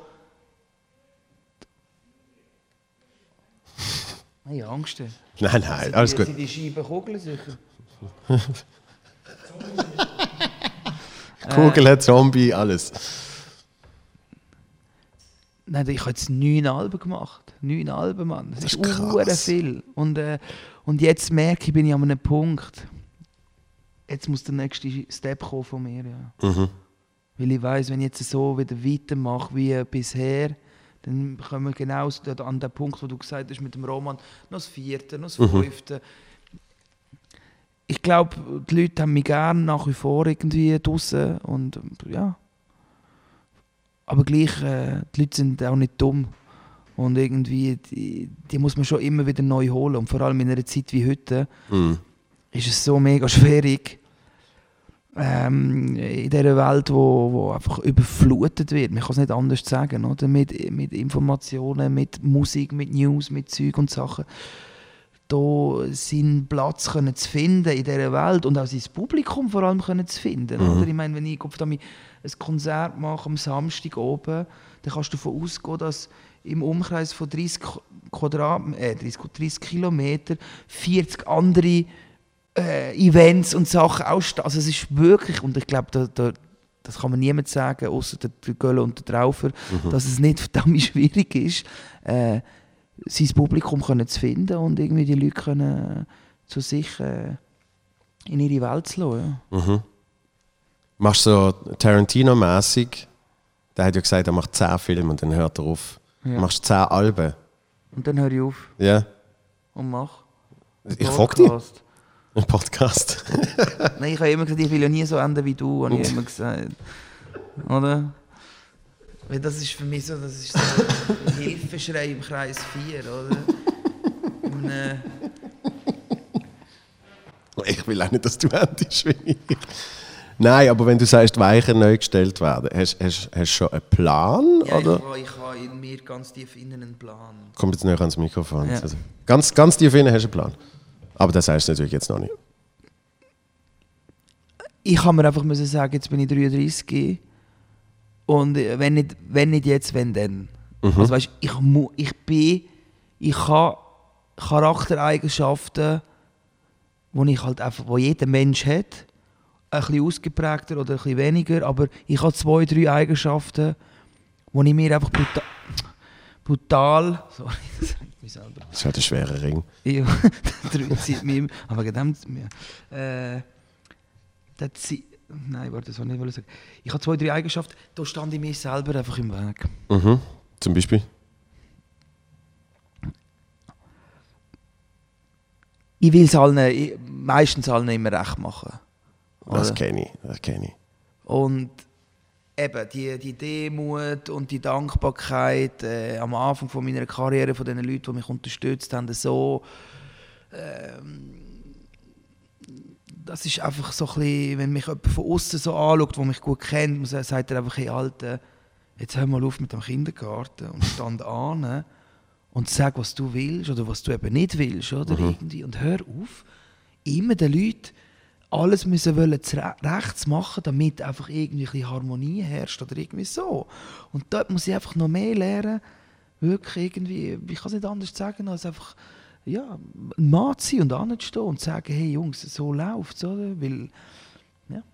Nein, Angst. Nein, nein, alles gut. Sind die Scheiben Kugeln sicher? Kugel, äh, Zombie, alles. Nein, ich habe jetzt neun Alben gemacht. Neun Alben, Mann. Das, das ist krass. Viel. Und, äh, und jetzt merke ich, bin ich an einem Punkt. Jetzt muss der nächste Step kommen von mir. Ja. Mhm. Weil ich weiss, wenn ich jetzt so wieder weitermache wie bisher, dann kommen wir genau an den Punkt, wo du gesagt hast, mit dem Roman, noch das vierte, noch das fünfte. Mhm. Ich glaube, die Leute haben mich gerne nach wie vor irgendwie draussen und ja. Aber gleich, äh, die Leute sind auch nicht dumm. Und irgendwie, die, die muss man schon immer wieder neu holen. Und vor allem in einer Zeit wie heute, mm. ist es so mega schwierig, ähm, in dieser Welt, wo, wo einfach überflutet wird, man kann es nicht anders sagen, oder? Mit, mit Informationen, mit Musik, mit News, mit Zeug und Sachen, da seinen Platz können zu finden in dieser Welt und auch sein Publikum vor allem können zu finden. Mhm. Oder? Ich meine, wenn ich ein Konzert mache am Samstag oben, dann kannst du davon ausgehen, dass im Umkreis von dreißig, Quadrat, äh, dreißig, dreißig Kilometer vierzig andere Äh, Events und Sachen ausstehen. Also es ist wirklich, und ich glaube, da, da, das kann man niemand sagen, außer der, der Gölle und der Traufer, mhm. dass es nicht verdammt schwierig ist, äh, sein Publikum können zu finden und irgendwie die Leute können zu sich äh, in ihre Welt zu lassen. Ja. Mhm. Machst du so Tarantino-mässig? Der hat ja gesagt, er macht zehn Filme und dann hört er auf. Ja. Machst du zehn Alben? Und dann höre ich auf. Ja. Und mach. Ich frage dich. Ein Podcast. Nein, ich habe immer gesagt, ich will ja nie so enden wie du, habe ich immer gesagt. Oder? Weil das ist für mich so, das ist so ein Hilfeschrei im Kreis vier, oder? Und, äh ich will auch nicht, dass du endest wie ich. Nein, aber wenn du sagst, Weichen neu gestellt werden, hast du schon einen Plan? Ja, oder? Ich, habe, ich habe in mir ganz tief innen einen Plan. Kommt jetzt näher ans Mikrofon. Ja. Also, ganz, ganz tief innen hast du einen Plan. Aber das heißt natürlich jetzt noch nicht. Ich kann mir einfach müssen sagen, jetzt bin ich dreiunddreißig und wenn nicht, wenn nicht jetzt, wenn dann. Mhm. Also weißt, ich, mu, ich bin, ich habe Charaktereigenschaften, wo ich halt einfach, wo jeder Mensch hat, ein bisschen ausgeprägter oder ein bisschen weniger, aber ich habe zwei, drei Eigenschaften, wo ich mir einfach brutal, brutal sorry, das regt mich selber. Das ist halt ein schwerer Ring. Ja, der zieht mich immer, aber gedämmt mir. Äh, der zieht, nein, warte, das wollte ich nicht sagen. Ich habe zwei, drei Eigenschaften, da stand ich mir selber einfach im Weg. Mhm. Zum Beispiel? Ich will es allen, meistens allen immer recht machen. Das kenne ich, das kenne ich. Und eben die, die Demut und die Dankbarkeit äh, am Anfang von meiner Karriere von den Leuten, die mich unterstützt haben, so, ähm, das ist einfach so ein bisschen, wenn mich jemand von außen so anschaut, der mich gut kennt, sagt er einfach, hey Alter, jetzt hör mal auf mit dem Kindergarten und stand an und sag, was du willst oder was du eben nicht willst, oder mhm. irgendwie, und hör auf, immer den Leuten alles müssen wollen rechts machen, damit einfach irgendwie ein bisschen Harmonie herrscht oder irgendwie so. Und dort muss ich einfach noch mehr lernen, wirklich irgendwie, ich kann es nicht anders sagen, als einfach ja, ein Mann zu sein und anzustehen und zu sagen, hey Jungs, so läuft es, oder? Weil, ja.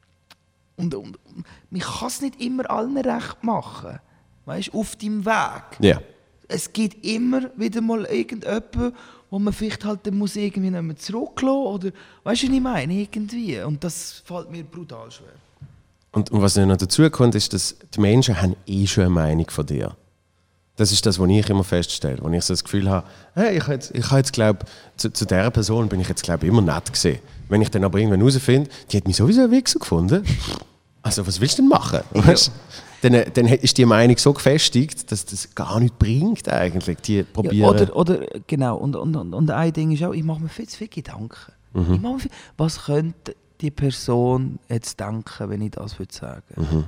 Und, und, und man kann es nicht immer allen recht machen, weißt du, auf deinem Weg. Yeah. Es gibt immer wieder mal irgendjemanden, wo man vielleicht halt dann muss irgendwie nicht mehr zurücklassen oder, weißt du, was ich meine, irgendwie. Und das fällt mir brutal schwer. Und, und was noch dazu kommt, ist, dass die Menschen haben eh schon eine Meinung von dir. Das ist das, was ich immer feststelle, wo ich so das Gefühl habe, hey, ich habe jetzt, ich habe jetzt glaube zu, zu dieser Person bin ich jetzt glaube immer nett gesehen. Wenn ich dann aber irgendwann herausfinde, die hat mich sowieso einen Wichser gefunden. Also was willst du denn machen? Weißt? Dann, dann ist die Meinung so gefestigt, dass das gar nichts bringt eigentlich. Die probieren. Ja, oder, oder genau, und, und, und, und ein Ding ist auch, ich mache mir viel zu viele Gedanken. Mhm. Ich mache mir viel, was könnte die Person jetzt denken, wenn ich das würde sagen? Mhm.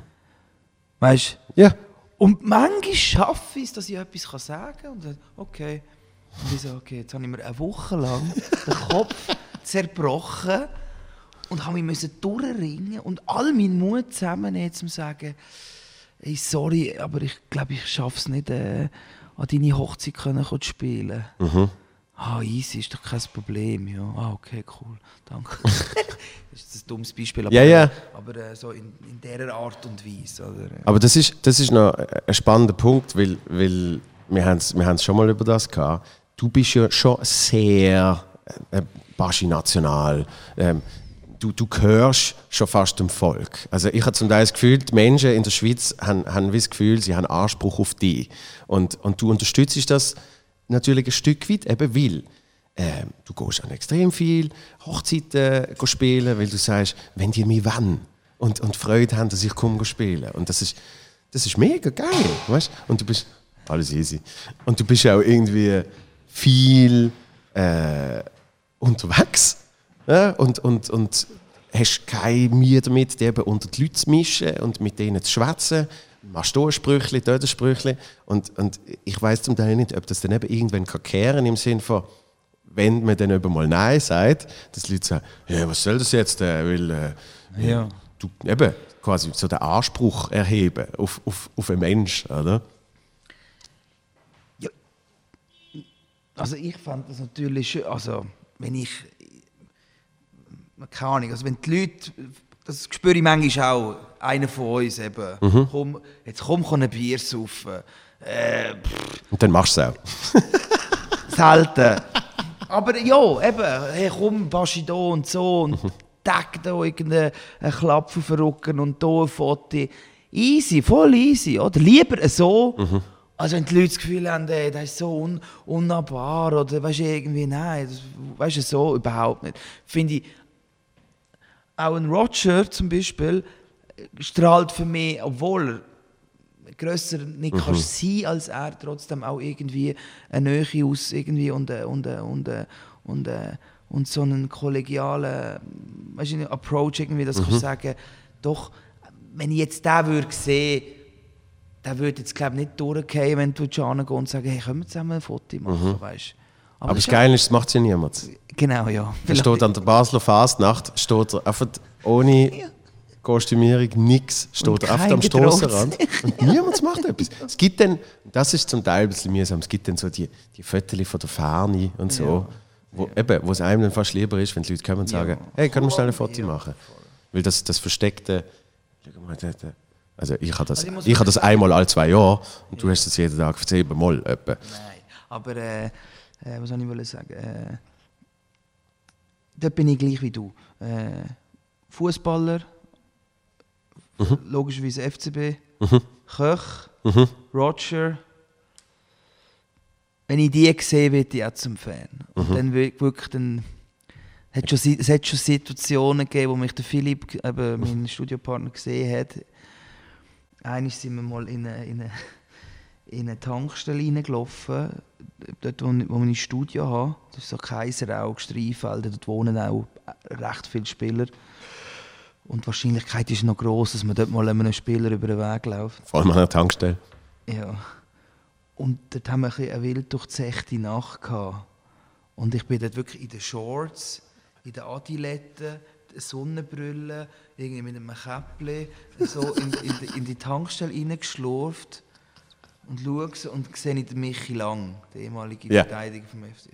Weißt du? Ja. Und manchmal schaffe ich es, dass ich etwas sagen kann und dann, okay. Und ich so, okay, jetzt habe ich mir eine Woche lang den Kopf zerbrochen und habe mich durchringen und all meinen Mut zusammennehmen, um zu sagen, hey, sorry, aber ich glaube, ich schaffe es nicht, äh, an deine Hochzeit können, zu spielen. Mhm. Ah, easy, ist doch kein Problem. Ja. Ah, okay, cool, danke. Das ist ein dummes Beispiel, aber, ja, ja. aber äh, so in, in dieser Art und Weise. Oder, äh. Aber das ist, das ist noch ein spannender Punkt, weil, weil wir haben es wir schon mal über das gehabt. Du bist ja schon sehr äh, Baschi-national. Ähm, Du, du gehörst schon fast dem Volk. Also ich habe zum Teil das Gefühl, die Menschen in der Schweiz haben, haben das Gefühl, sie haben Anspruch auf dich. Und, und du unterstützt das natürlich ein Stück weit, eben weil äh, du gehst an extrem viel Hochzeiten äh, spielen, weil du sagst, wenn die mich wollen und, und Freude haben, dass ich komme spielen. Und das ist, das ist mega geil, weißt? Und du bist, alles easy. Und du bist auch irgendwie viel äh, unterwegs. Ja, und, und, und hast keine Mühe damit, die eben unter die Leute zu mischen und mit denen zu schwätzen. Machst du ein Sprüchli, dort ein Sprüchli. Und, und ich weiss zum Teil nicht, ob das dann eben irgendwann kann kehren im Sinne von, wenn man dann eben mal Nein sagt, dass die Leute sagen, ja, was soll das jetzt? Äh, weil, äh, Ja. du eben quasi so den Anspruch erheben auf, auf, auf einen Menschen, oder? Ja. Also ich fand das natürlich schön, also wenn ich, keine Ahnung, also wenn die Leute, das spüre ich manchmal auch, einer von uns eben, Mhm. komm, jetzt komm, komm ein Bier saufen. Äh, Und dann machst du es auch. selten. Aber ja, eben, hey, komm, Baschi da und so und Tag da irgendeinen Klapp auf den Rücken und da ein Foto. Easy, voll easy, oder? Lieber so, Mhm. als wenn die Leute das Gefühl haben, ey, das ist so un unnahbar oder weißt du, irgendwie, nein, das, weißt du, so überhaupt nicht. Finde ich, auch ein Roger zum Beispiel strahlt für mich, obwohl er grösser nicht Mhm. kannst sein als er, trotzdem auch irgendwie eine Nähe aus irgendwie und, äh, und, äh, und, äh, und, äh, und so einen kollegialen, weißt du, Approach irgendwie, das Mhm. kannst du sagen, doch, wenn ich jetzt den würde sehen, der würde jetzt glaube ich nicht durchgehen, wenn du hingehst und sagst, hey, können wir zusammen ein Foto machen, Mhm. weißt? Aber, das das Geile ist, das macht ja niemand. Genau, ja. Er steht an der Basler Fastnacht, steht er einfach ohne Kostümierung, nichts, steht Und er einfach kein am getraut Strassenrand und niemand macht etwas. Es gibt dann, das ist zum Teil ein bisschen mühsam, es gibt dann so die, die Fotos von der Ferne und so, Ja. wo, eben, wo es einem dann fast lieber ist, wenn die Leute kommen und sagen, Ja. hey, können wir schnell ein Foto Ja. machen? Weil das, das versteckte, schau mal, da- da- also ich habe das, Also ich muss ich habe wirklich das einmal alle zwei Jahre und du hast das jeden Tag sieben Mal etwa. Nein, aber äh, äh, was soll ich wollen sagen? Äh, dort bin ich gleich wie du. Äh, Fußballer, Mhm. logischerweise F C B, Mhm. Köch, Mhm. Roger. Wenn ich die sehe, werde ich auch zum Fan. Und Mhm. dann wir- wirklich dann. Es hat schon, Si- es hat schon Situationen gegeben, wo mich der Philipp, eben mein Studiopartner, gesehen hat. Einmal sind wir mal in eine, in eine, in eine Tankstelle reingelaufen, dort wo, wo ich ein Studio habe. Das ist so Kaiserau, Streifeld, dort wohnen auch recht viele Spieler. Und die Wahrscheinlichkeit ist noch gross, dass man dort mal einem Spieler über den Weg läuft. Vor allem an der Tankstelle. Ja. Und dort haben wir ein bisschen eine wild durchzechte Nacht gehabt. Und ich bin dort wirklich in den Shorts, in den Adiletten, der Sonnenbrille, irgendwie mit einem Käppli, so in, in, die- in die Tankstelle reingeschlurft und schaue so und sehe ich den Michi Lang, den ehemaligen Ja. Verteidiger vom F C.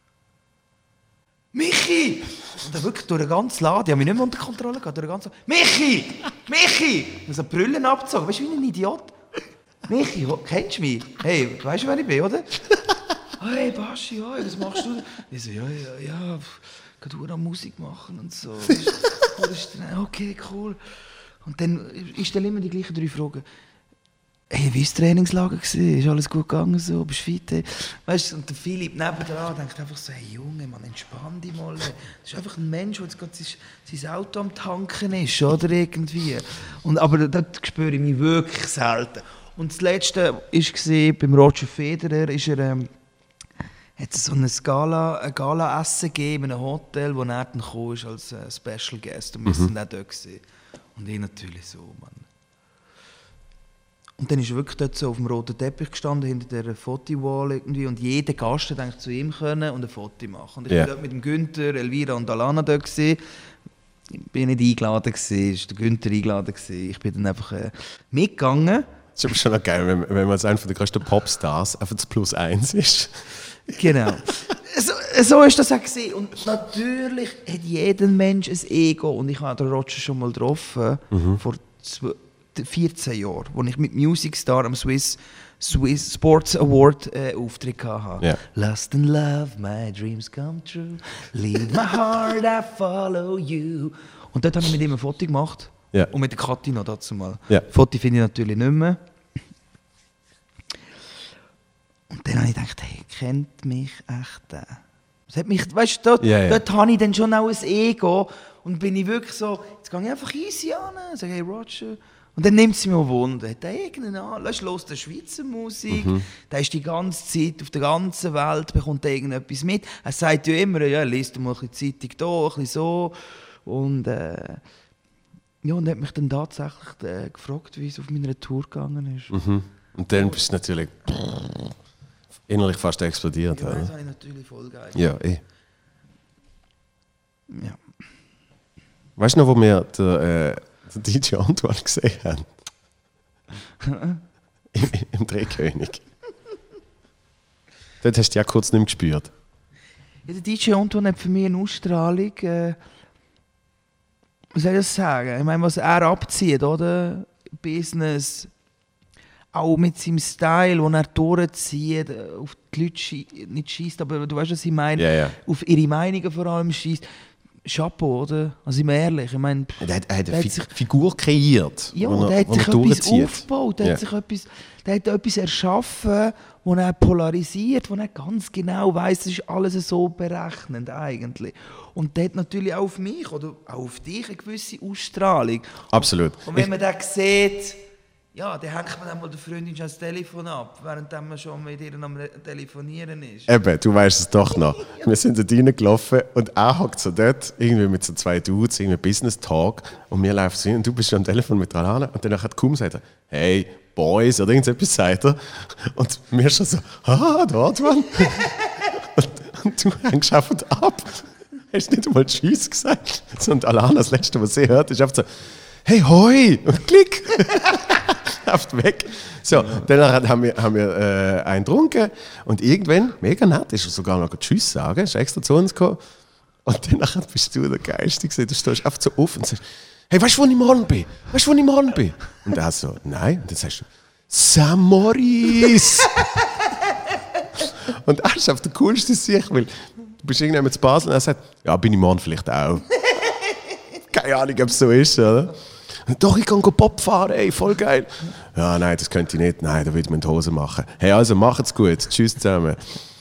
Michi! Und dann wirklich durch den ganzen Laden, die haben mich nicht mehr unter Kontrolle gehabt, durch den ganzen Michi! Michi! Und so die Brillen abgezogen, weißt du, wie ein Idiot. Michi, ho- kennst du mich? Hey, weißt du, wer ich bin, oder? Hey, Baschi, hi, was machst du? Ich so, ja, ja, ja, pff, gerade nur noch Musik machen und so. Weißt du, das ist dann, okay, cool. Und dann ist dann immer die gleichen drei Fragen. Hey, wie war das Trainingslager? Gewesen? Ist alles gut gegangen? So? Bist du fit? Hey? Weißt du, und der Philipp nebendran denkt einfach so, hey Junge, Mann, entspann dich mal. Das ist einfach ein Mensch, der jetzt gerade sein, sein Auto am Tanken ist, oder irgendwie. Und, aber dort spüre ich mich wirklich selten. Und das Letzte war beim Roger Federer, ist er, ähm, hat es so ein Gala, ein Gala-Essen gegeben in einem Hotel, wo er dann kam ist als äh, Special Guest. Und wir Mhm. waren auch dort. Gewesen. Und ich natürlich so, Mann. Und dann ist er wirklich dort so auf dem roten Teppich gestanden, hinter dieser Fotowall irgendwie. Und jeder Gast hat eigentlich zu ihm können und ein Foto machen. Und ich Ja. war dort mit dem Günther, Elvira und Alana dort. Gewesen. Ich bin nicht eingeladen, gewesen, es war der Günther eingeladen. Gewesen. Ich bin dann einfach äh, mitgegangen. Das ist aber schon noch geil, wenn, wenn man als einer der größten Popstars einfach das Plus eins ist. Genau. So, so ist das auch gesehen. Und natürlich hat jeder Mensch ein Ego. Und ich habe den Roger schon mal getroffen, vor zw- vierzehn Jahren, als ich mit Music Star am Swiss, Swiss Sports Award äh, Auftritt hatte. Ja. Lost in love, my dreams come true. Lead my heart, I follow you. Und dort habe ich mit ihm ein Foto gemacht. Ja. Und mit der Kathi noch dazu mal. Ja. Foto finde ich natürlich nicht mehr. Und dann habe ich gedacht, hey, kennt mich echt der? Das hat mich, weißt du, dort, Ja, ja. dort habe ich dann schon auch ein Ego und bin ich wirklich so, jetzt gehe ich einfach easy an, sage, hey Roger, Und dann nimmt sie mir Wunder. Der irgendeinen an, weißt du, hört der Schweizer Musik, mhm. der ist die ganze Zeit auf der ganzen Welt, bekommt irgendetwas mit. Er sagt ja immer, ja, liest du mal ein bisschen Zeitung da, ein bisschen so. Und, äh, ja, und hat mich dann tatsächlich äh, gefragt, wie es auf meiner Tour gegangen ist. Mhm. Und dann bist du natürlich innerlich fast explodiert. Ja, oder? das habe ich natürlich voll geil. Ja, eh. Ja. Weißt du noch, wo wir den, äh, den D J Antoine gesehen haben? Im, Im Drehkönig. Dort hast du ja kurz nicht mehr gespürt. Ja, der D J Antoine hat für mich eine Ausstrahlung. Äh, was soll ich das sagen? Ich meine, was er abzieht, oder? Business. Auch mit seinem Style, den er durchzieht, auf die Leute schie- nicht schießt, aber du weißt, was ich meine. Ja, ja. Auf ihre Meinungen vor allem schießt. Chapeau, oder? Also, ich meine ehrlich, ich meine... Er hat, er hat der eine hat Fi- Figur kreiert, Ja, wo er, der hat wo sich er etwas durchzieht. aufgebaut, der, Ja. hat sich etwas, der hat etwas erschaffen, wo er polarisiert, wo er ganz genau weiss, das ist alles so berechnend eigentlich. Und der hat natürlich auch auf mich oder auch auf dich eine gewisse Ausstrahlung. Absolut. Und wenn man den sieht, ja, dann hängt man dann mal der Freundin schon das Telefon ab, während man schon mit ihr am Telefonieren ist. Eben, du weißt es doch noch. Wir sind dort reingelaufen und er hockt so dort, irgendwie mit so zwei Dudes, irgendwie Business Talk, und wir laufen so hin und du bist schon am Telefon mit Alana und dann hat kaum sagt er, hey, Boys, oder irgendetwas sagt er. Und wir schon so, ah, dort, Mann. und, und du hängst einfach ab. Hast nicht einmal Tschüss gesagt. So, und Alana, das Letzte, was sie hört, ist einfach so, hey, hoi, und klick. weg. So, ja. Dann haben wir, haben wir äh, einen getrunken und irgendwann, mega nett, ist er sogar noch Tschüss sagen, ist extra zu uns gekommen. Und dann bist du der Geistige, du stehst einfach so auf und sagst, hey, weißt du, wo ich morgen bin? Weißt du, wo ich morgen bin? Und er so, nein. Und dann sagst du, Saint-Maurice! Und er ist auf der coolste Sicht, weil du bist irgendwann zu Basel und er sagt, ja, bin ich morgen vielleicht auch. Keine Ahnung, ob es so ist, oder? Doch, ich kann Bob fahren, ey, voll geil. Ja, nein, das könnte ich nicht. Nein, da würde man die Hose machen. Hey, also, macht's gut. Tschüss zusammen.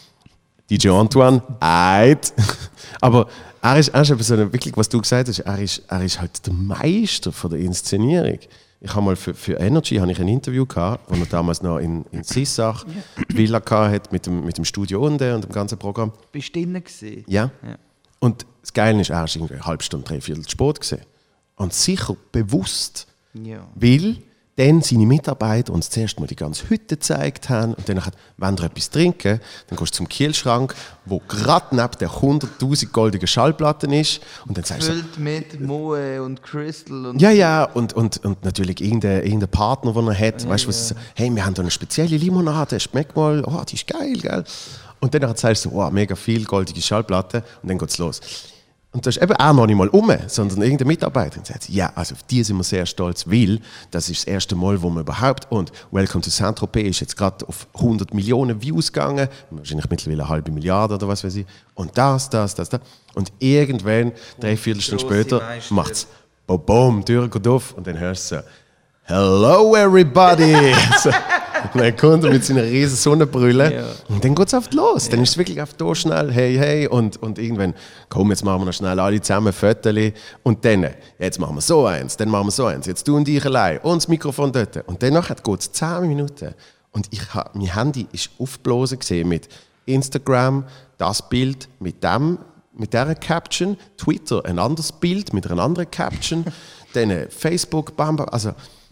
D J Antoine, eid. Aber er ist, er ist eben so eine, wirklich, was du gesagt hast, er ist, er ist halt der Meister von der Inszenierung. Ich habe mal für, für Energy habe ich ein Interview gehabt, wo er damals noch in, in Sissach die Villa hatte mit dem, mit dem Studio unten und dem ganzen Programm. Bist du drinnen gewesen? Ja. Ja. Und das Geile ist, er war irgendwie eine halbe Stunde, dreiviertel zu spät gewesen. Und sicher bewusst, Ja. weil dann seine Mitarbeiter uns zuerst mal die ganze Hütte gezeigt haben und dann, wenn ihr etwas trinken, dann gehst du zum Kühlschrank, wo gerade neben der hunderttausend goldigen Schallplatten ist und dann sagst du, Gefüllt mit Moe und Crystal und... ja, ja, und, und, und natürlich irgendein, irgendein Partner, den er hat, ja, weißt du, was, ja. Hey, wir haben da eine spezielle Limonade, schmeckt mal, oh, die ist geil, gell? Und dann sagst du, oh, mega viel goldige Schallplatten und dann geht's los. Und das ist eben auch noch nicht mal um, sondern irgendeine Mitarbeiterin sagt, ja, also auf die sind wir sehr stolz, weil das ist das erste Mal, wo wir überhaupt, und Welcome to Saint-Tropez ist jetzt gerade auf hundert Millionen Views gegangen, wahrscheinlich mittlerweile eine halbe Milliarde oder was weiß ich, und das, das, das, das. Und irgendwann, drei Viertelstunde später, macht es boom, boom, die Tür geht auf und dann hörst du so, hello everybody! So. Und dann kommt er mit seiner riesen Sonnenbrille ja. Und dann geht es oft los. Ja. Dann ist es wirklich auf da schnell, hey, hey, und, und irgendwann, komm, jetzt machen wir noch schnell alle zusammen Fotos und dann, jetzt machen wir so eins, dann machen wir so eins, jetzt du und ich allein und das Mikrofon dort. Und dann geht es zehn Minuten und ich ha, mein Handy ist aufgeblasen gesehen mit Instagram, das Bild mit dem, mit dieser Caption, Twitter ein anderes Bild mit einer anderen Caption, dann Facebook, bam, bam, also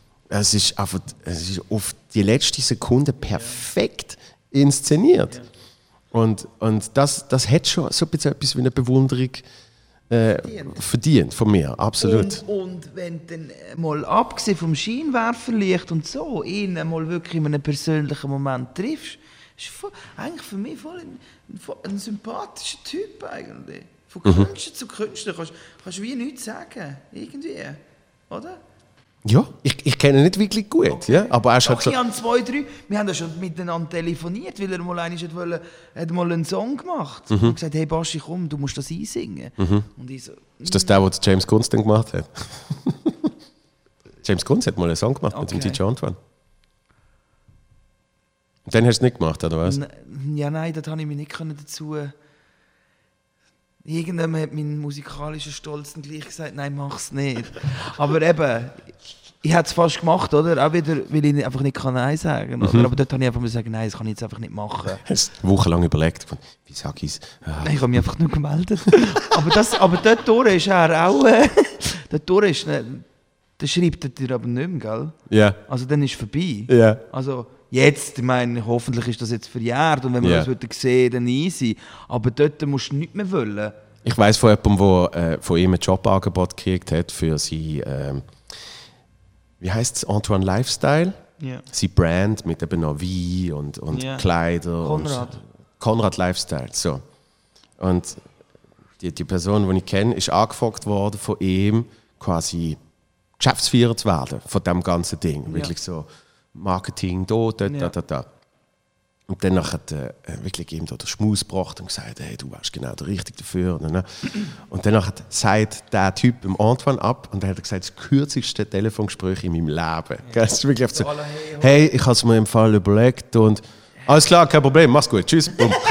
es ist, einfach, es ist auf die letzte Sekunde perfekt inszeniert. Ja. Und, und das, das hat schon so ein bisschen etwas wie eine Bewunderung äh, verdient. verdient von mir, absolut. Und, und wenn du dann mal abgesehen vom Scheinwerferlicht und so, ihn mal wirklich in einem persönlichen Moment triffst, ist voll, eigentlich für mich voll ein, ein, ein sympathischer Typ eigentlich. Von Künstler mhm. zu Künstler kannst du wie nichts sagen, irgendwie, oder? Ja, ich, ich kenne ihn nicht wirklich gut, okay. Ja, aber er ist halt Doch, so... ich habe zwei, drei, wir haben ja schon miteinander telefoniert, weil er mal, hat wollen, hat mal einen Song gemacht. Mhm. Und gesagt, hey Baschi, komm, du musst das einsingen. Mhm. Und ich so, ist das der, was James Gunz dann gemacht hat? James Gunz hat mal einen Song gemacht okay. mit dem D J Antoine. Und dann hast du es nicht gemacht, oder was? N- ja, nein, das habe ich mich nicht dazu... Irgendjemand hat meinen musikalischen Stolz dann gleich gesagt, nein, mach's nicht. Aber eben, ich hätte es fast gemacht, oder? Auch wieder, weil ich einfach nicht kann Nein sagen kann. Mhm. Aber dort habe ich einfach mal gesagt, nein, das kann ich jetzt einfach nicht machen. Hast du wochenlang überlegt, wie sage ich es? Ah. Ich habe mich einfach nur gemeldet. aber, das, aber dort durch ist er auch... Äh, dort durch ist... Ne, der schreibt er dir aber nicht mehr, gell? Ja. Yeah. Also dann ist es vorbei. Ja. Yeah. Also jetzt, ich meine, hoffentlich ist das jetzt verjährt und wenn wir yeah. das wieder sehen, dann easy. Aber dort musst du nichts mehr wollen. Ich weiss von jemandem, der äh, von ihm ein Jobangebot gekriegt hat für sein, ähm, wie heisst es, Antoine Lifestyle? Yeah. Sein Brand mit eben noch Wein und, und yeah. Kleider. Konrad. Und Konrad Lifestyle, so. Und die, die Person, die ich kenne, ist angefragt worden von ihm, quasi Geschäftsführer zu werden von diesem ganzen Ding. Ja. Wirklich so Marketing, da, da, da, da, da. Und dann hat er äh, wirklich ihm da den Schmaus gebracht und gesagt, hey, du warst genau der Richtige dafür. Und, und dann sagt der Typ dem Antoine ab und dann hat er gesagt, das kürzeste Telefongespräch in meinem Leben. Ja. Das ist wirklich so, hey, ich habe es mir im Fall überlegt und alles klar, kein Problem, mach's gut, tschüss.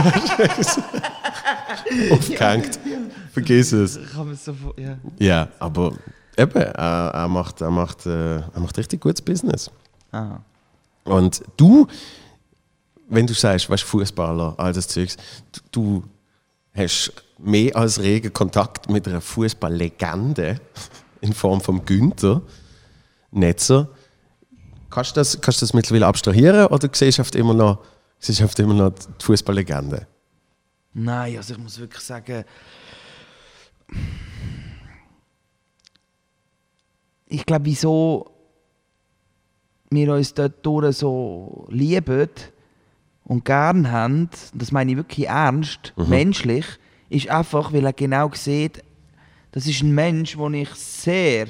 Aufgehängt. Vergiss es. Ja, ja, aber eben, er, er, macht, er, macht, äh, er macht richtig gutes Business. Aha. Und du, wenn du sagst, weißt Fußballer, all das Zeugs, du, du hast mehr als regen Kontakt mit einer Fußballlegende in Form von Günther Netzer. Kannst du das, kannst du das mittlerweile abstrahieren oder siehst du oft immer noch, siehst du oft immer noch die Fußballlegende? Nein, also ich muss wirklich sagen, ich glaube, wieso wir uns dort durch so lieben und gern haben, das meine ich wirklich ernst, mhm. menschlich, ist einfach, weil er genau sieht, das ist ein Mensch, den ich sehr,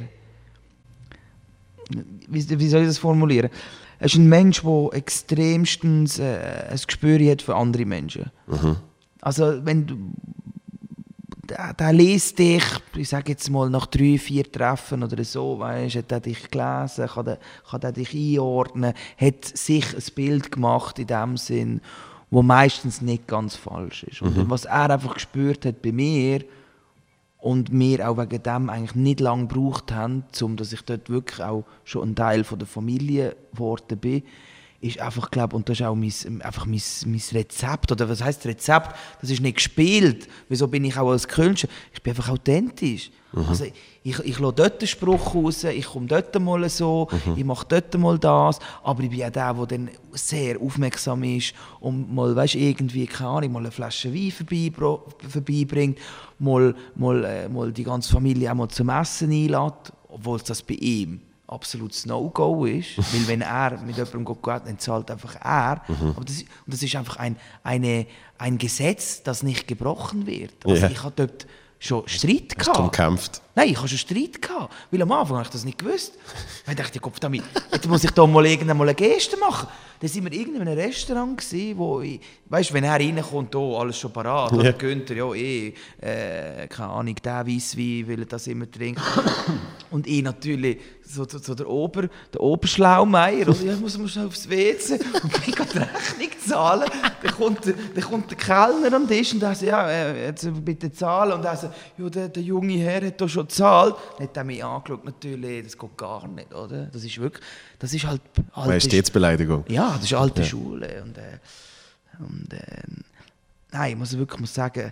wie, wie soll ich das formulieren? Er ist ein Mensch, der extremstens äh, ein Gespür hat für andere Menschen. Mhm. Also wenn du, der, der liest dich, ich sage jetzt mal nach drei, vier Treffen oder so, weißt, hat er dich gelesen, kann er, kann er dich einordnen, hat sich ein Bild gemacht in dem Sinn, wo meistens nicht ganz falsch ist. Und mhm. was er einfach gespürt hat bei mir und wir auch wegen dem eigentlich nicht lange gebraucht haben, um dass ich dort wirklich auch schon ein Teil von der Familie geworden bin, ist einfach, glaube, und das ist auch mein, einfach mein, mein Rezept, oder was heisst Rezept? Das ist nicht gespielt. Wieso bin ich auch als Künstler? Ich bin einfach authentisch. Mhm. Also ich, ich lasse dort einen Spruch raus, ich komme dort mal so, mhm. ich mache dort mal das, aber ich bin auch der, der dann sehr aufmerksam ist und mal, weißt, irgendwie, keine Ahnung, mal eine Flasche Wein vorbei, vorbeibringt, mal, mal, äh, mal die ganze Familie auch mal zum Essen einlädt, obwohl das bei ihm absolutes No-Go ist, weil wenn er mit jemandem geht, dann zahlt einfach er. Mhm. Aber das, und das ist einfach ein, eine, ein Gesetz, das nicht gebrochen wird. Also yeah. Ich habe dort schon Streit gehabt. Hast du gekämpft? Nein, ich habe schon Streit gehabt, weil am Anfang habe ich das nicht gewusst. Ich dachte, Kopf damit, jetzt muss ich da mal irgendwann mal eine Geste machen. Dann waren wir in einem Restaurant gewesen, wo ich, weißt, wenn er reinkommt, oh, alles schon parat, yeah. Oder Günther, ja eh, äh, keine Ahnung, der Weisswein will das immer trinken. Und ich natürlich so, so, so der Ober, der Oberschlaumeier, und ich muss, muss aufs W C und ich kann die Rechnung zahlen. Dann kommt, der, dann kommt der Kellner am Tisch und er sagt, ja, jetzt bitte zahlen. Und er sagt, ja, der, der junge Herr hat da schon gezahlt. Dann hat er mich angeschaut, natürlich, das geht gar nicht, oder? Das ist wirklich, das ist halt alte Majestätsbeleidigung. Ja, das ist alte ja. Schule. Und, äh, und äh, nein, ich muss wirklich muss sagen,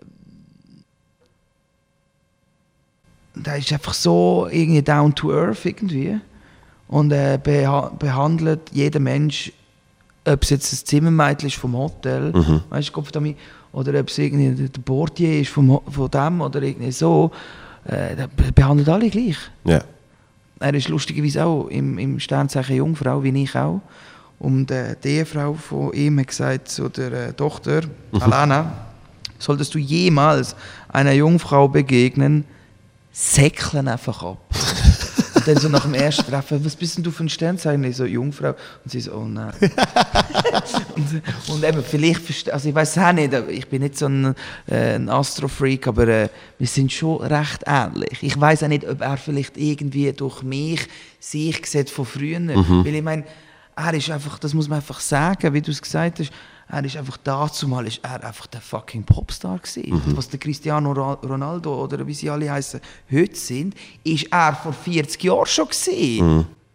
der ist einfach so irgendwie down to earth irgendwie und äh, beha- behandelt jeden Mensch, ob es jetzt ein Zimmermädchen ist vom Hotel, mhm. weißt du, oder ob es irgendwie der Portier ist vom, von dem oder irgendwie so, äh, der behandelt alle gleich. Yeah. Er ist lustigerweise auch im, im Sternzeichen Jungfrau, wie ich auch. Und äh, die Ehefrau von ihm hat gesagt zu der äh, Tochter, mhm. Alana, solltest du jemals einer Jungfrau begegnen, säckeln einfach ab. Und dann so nach dem ersten Treffen, was bist denn du für ein Sternzeichen? Ich so, Jungfrau. Und sie so, oh nein. und, und eben, vielleicht, also ich weiß es auch nicht, ich bin nicht so ein, äh, ein Astrofreak, aber äh, wir sind schon recht ähnlich. Ich weiß auch nicht, ob er vielleicht irgendwie durch mich sich sieht von früher. Mhm. Weil ich meine, er ist einfach, das muss man einfach sagen, wie du es gesagt hast, er ist einfach dazu mal ist er einfach der fucking Popstar gewesen. Mhm. Was der Cristiano Ronaldo oder wie sie alle heißen heute sind, ist er vor vierzig Jahren schon gewesen. Mhm.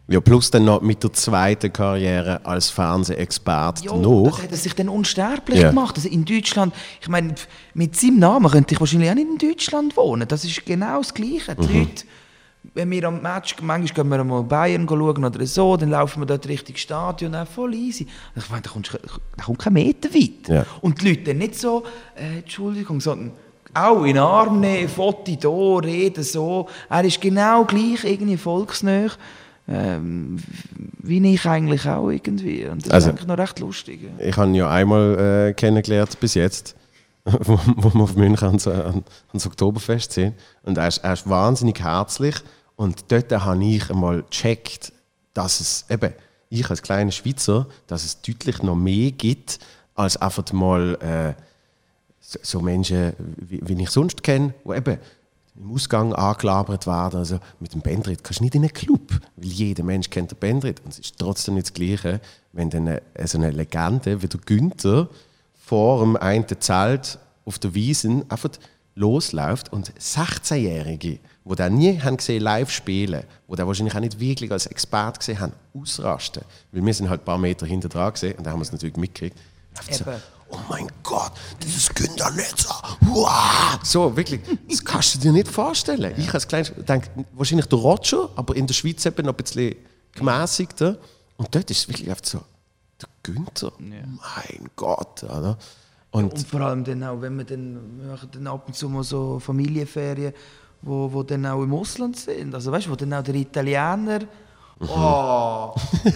Ja, plus dann noch mit der zweiten Karriere als Fernsehexperte Ja, noch. das hat er sich dann unsterblich Ja. gemacht. Also in Deutschland, ich meine, mit seinem Namen könnte ich wahrscheinlich auch nicht in Deutschland wohnen. Das ist genau das Gleiche. Die Mhm. Leute, wenn wir am Match, manchmal gehen wir mal Bayern schauen oder so, dann laufen wir dort Richtung Stadion, auch voll easy. Ich meine, da, kommst, du- da kommt kein Meter weit. Ja. Und die Leute dann nicht so, äh, Entschuldigung, sondern auch in den Arm nehmen, Foto da, reden so. Er ist genau gleich irgendwie volksnäher. Ähm, wie ich eigentlich auch irgendwie. Und das Also- ist eigentlich noch recht lustig. Ja. Ich habe ihn ja einmal äh, kennengelernt bis jetzt, wo, wo wir auf München ans, an, ans Oktoberfest sind. Und er ist, er ist wahnsinnig herzlich. Und dort habe ich einmal gecheckt, dass es eben, ich als kleiner Schweizer, dass es deutlich noch mehr gibt, als einfach mal äh, so, so Menschen, wie, wie ich sonst kenne, die eben im Ausgang angelabert werden. Also mit dem Bandrit kannst du nicht in einen Club, weil jeder Mensch kennt den Bandrit. Und es ist trotzdem nicht das Gleiche, wenn dann eine, so eine Legende wie der Günther vor dem einen Zelt auf der Wiesn einfach losläuft und sechzehnjährige, die den nie haben gesehen live spielen, die den wahrscheinlich auch nicht wirklich als Experte gesehen haben, ausrasten. Weil wir sind halt ein paar Meter hinter dran gesehen und da haben wir es natürlich mitgekriegt. So, Eben. oh mein Gott, das ist Günther Netzer. Wow. So, wirklich, das kannst du dir nicht vorstellen. Ich als Kleines denke, wahrscheinlich der Roger, aber in der Schweiz eben noch ein bisschen gemäßigter. Und dort ist es wirklich einfach so, der Günther, mein Gott. Oder? Und, Und vor allem dann auch, wenn wir dann, wir machen dann ab und zu mal so Familienferien, wo, wo dann auch im Ausland sind. Also weißt du, wo dann auch der Italiener, oh,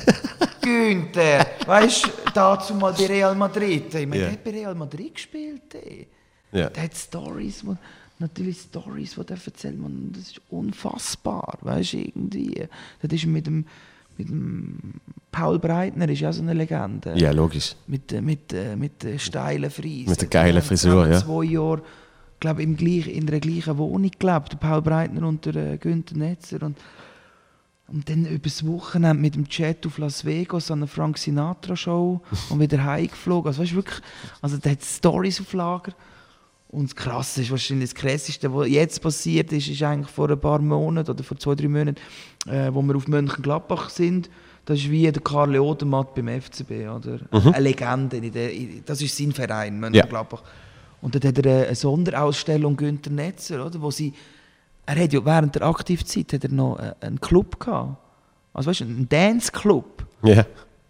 Günther, weißt du, dazu mal bei Real Madrid. Ich meine, Ja. der hat bei Real Madrid gespielt. Ey. ja. Der hat Stories, wo, natürlich Stories, die der erzählt, man, das ist unfassbar, weißt du, irgendwie. Das ist mit dem, mit dem Paul Breitner, ist ja so eine Legende. ja, logisch. Mit, äh, mit, äh, mit der steilen Frise. Mit der geilen Die haben Frisur, zusammen ja. zwei Jahre, glaube im gleich, in der gleichen Wohnung gelebt, der Paul Breitner und der äh, Günther Netzer. Und, und dann übers Wochenende mit dem Jet auf Las Vegas an einer Frank Sinatra Show und wieder heimgeflogen. Also weißt du, wirklich, also der hat Storys auf Lager. Und das Krasse ist wahrscheinlich das Krasseste, was jetzt passiert ist, ist eigentlich vor ein paar Monaten oder vor zwei, drei Monaten, äh, wo wir auf Mönchengladbach sind. Das ist wie der Karl Odermatt beim F C B, oder? Mhm. Eine Legende. In der, in, das ist sein Verein, Mönchengladbach. Und dort hat er eine, eine Sonderausstellung Günther Netzer, oder? Wo sie, er hat ja während der Aktivzeit hat er noch äh, einen Club gehabt. Also weißt du, einen Dance-Club. Ja.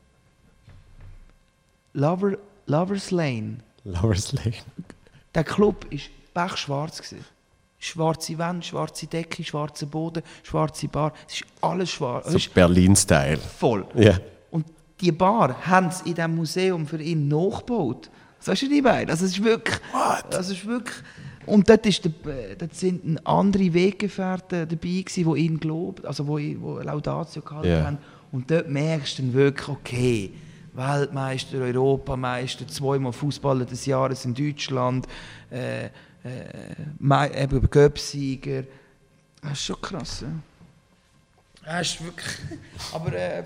Lover, Lovers Lane. Lovers Lane. Der Club war pechschwarz. gewesen. Schwarze Wände, schwarze Decke, schwarzer Boden, schwarze Bar. Es ist alles schwarz. So Berlin-Style. Voll. Ja. Und die Bar haben sie in diesem Museum für ihn nachgebaut. Das weißt du nicht mehr? Also es ist wirklich... Das ist wirklich... Und dort, ist der, äh, dort sind andere Weggefährten dabei gewesen, die ihn gelobt, also wo, ihn- wo Laudatio gehalten Ja. haben. Und dort merkst du dann wirklich, okay, Weltmeister, Europameister, zweimal Fußballer des Jahres in Deutschland, äh, äh, Me- eben Göpsieger. Das ist schon krass. Ja. Das ist wirklich... Aber äh,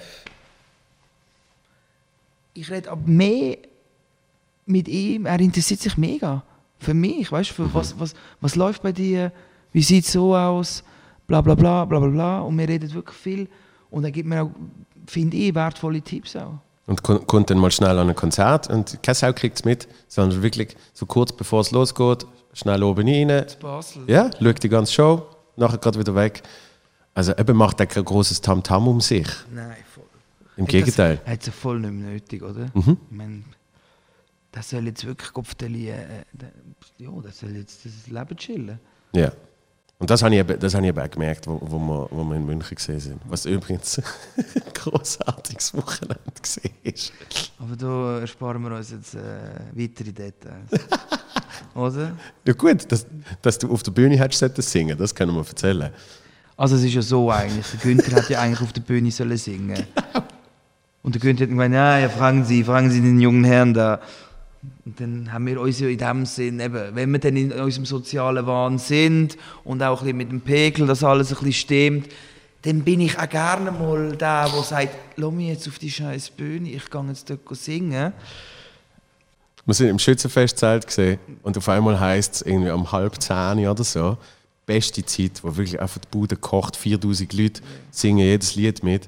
ich rede aber mehr mit ihm, er interessiert sich mega für mich, weißt du, für was, was, was läuft bei dir, wie sieht es so aus, bla bla bla bla bla bla, und wir reden wirklich viel und er gibt mir auch, finde ich, wertvolle Tipps auch. Und ko- kommt dann mal schnell an ein Konzert und keine Sau kriegt es mit, sondern wirklich so kurz bevor es losgeht, schnell oben rein, Zu Basel. ja, schaut die ganze Show, nachher gerade wieder weg. Also eben macht er kein großes Tamtam um sich. Nein, voll. Im Gegenteil. Das hat es ja voll nicht mehr nötig, oder? Mhm. Ich meine, das soll jetzt wirklich Kopfdeli, äh, der- ja, das soll jetzt das Leben chillen. Ja. Und das habe ich eben, das habe ich eben auch gemerkt, wo, wo, wir, wo wir in München gesehen sind. Was übrigens ein grossartiges Wochenende war. Aber da ersparen wir uns jetzt äh, weitere Details. Oder? Ja gut, dass, dass du auf der Bühne hättest sollen singen, das können wir erzählen. Also es ist ja so eigentlich, der Günther hätte ja eigentlich auf der Bühne sollen singen. Und der Günther hat gemeint, ja, ja, fragen Sie, fragen Sie den jungen Herrn da. Und dann haben wir uns ja in dem Sinn, eben, wenn wir dann in unserem sozialen Wahn sind und auch ein bisschen mit dem Pegel, dass alles ein bisschen stimmt, dann bin ich auch gerne mal der, der sagt, lass mich jetzt auf die scheiß Bühne, ich gehe jetzt dort singen. Wir sind im Schützenfestzelt gesehen und auf einmal heisst es irgendwie um halb zehn oder so, beste Zeit, wo wirklich einfach die Bude kocht, viertausend Leute singen jedes Lied mit,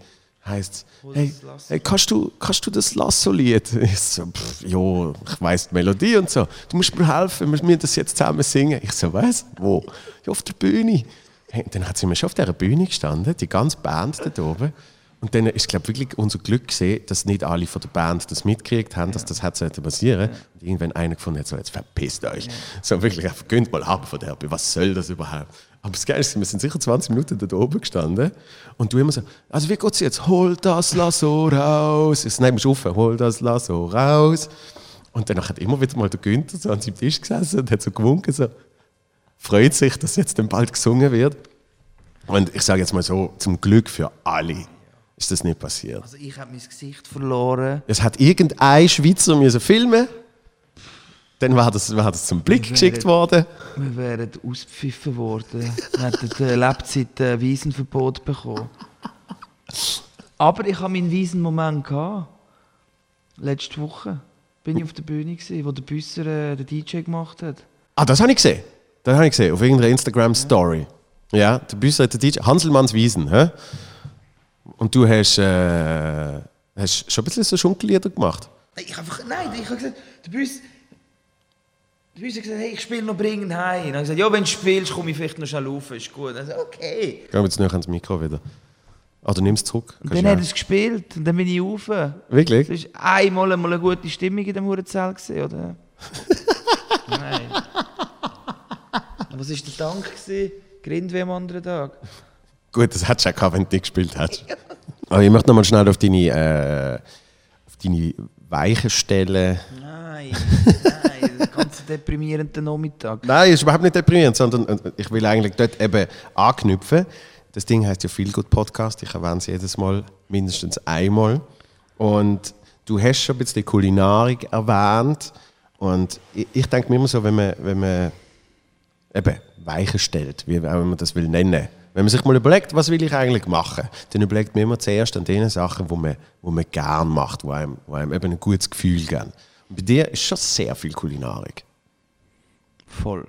heisst hey, hey, kannst du, kannst du das Lasso-Lied? Ich so, pff, jo, ich weiss die Melodie und so. Du musst mir helfen, wir müssen das jetzt zusammen singen. Ich so, was? Wo? Ja, auf der Bühne. Hey, dann hat sie mir schon auf dieser Bühne gestanden, die ganze Band da oben. Und dann ist, glaube ich, wirklich unser Glück gesehen, dass nicht alle von der Band das mitgekriegt haben, dass das hat passieren. Ja. Und irgendwann einer gefunden hat, so, jetzt verpisst euch. Ja. So wirklich, gönnt mal ab von der, was soll das überhaupt? Aber das Geile ist, wir sind sicher zwanzig Minuten da oben gestanden und du immer so, also wie geht's jetzt? Hol das Lasso raus. Jetzt nehmen wir auf, hol das Lasso raus. Und dann hat immer wieder mal der Günther so an seinem Tisch gesessen und hat so gewunken, so, freut sich, dass jetzt dann bald gesungen wird. Und ich sage jetzt mal so, zum Glück für alle ist das nicht passiert. Also ich habe mein Gesicht verloren. Es hat irgendein Schweizer müssen filmen. Dann war das, war das zum Blick wären, geschickt worden. Wir wären ausgepfiffen worden. Wir hätten die Lebzeit ein Wiesenverbot bekommen. Aber ich hatte meinen Wiesenmoment gehabt. Letzte Woche bin ich auf der Bühne gewesen, wo der Büsser äh, den D J gemacht hat. Ah, das habe ich gesehen. Das habe ich gesehen, auf irgendeiner Instagram-Story. Ja. ja, der Büsser hat den D J... Hanselmanns Wiesen, hä? Und du hast, äh, hast schon ein bisschen so Schunkellieder gemacht. Ich einfach, nein, ich habe gesagt, der Büsser... Der Büsser hat gesagt, hey, ich spiele noch «Bringen heim». Und ich habe gesagt, ja, wenn du spielst, komme ich vielleicht noch schnell rauf, ist gut. Und ich habe gesagt, okay. Gehen wir jetzt näher ans Mikro wieder. Ah, du nimmst es zurück. Und dann hat er es gespielt und dann bin ich rauf. Wirklich? Es war einmal mal eine gute Stimmung in dem Hurenzelt, oder? Nein. Aber was war der Dank? Grind wie am anderen Tag. Gut, das hättest du auch gehabt, wenn du nicht gespielt hättest. Aber ich möchte noch mal schnell auf deine, äh, auf deine weichen Stellen... Nein, nein, das ganz deprimierende Nachmittag. Nein, es ist überhaupt nicht deprimierend, sondern ich will eigentlich dort eben anknüpfen. Das Ding heisst ja «Feel Good Podcast», ich erwähne es jedes Mal mindestens einmal. Und du hast schon ein bisschen Kulinarik erwähnt. Und ich, ich denke mir immer so, wenn man, wenn man eben Weichen stellt, wie auch immer man das will nennen, wenn man sich mal überlegt, was will ich eigentlich machen, dann überlegt man immer zuerst an den Sachen, die man, wo man gerne macht, die einem, wo einem eben ein gutes Gefühl geben. Und bei dir ist schon sehr viel Kulinarik. Voll.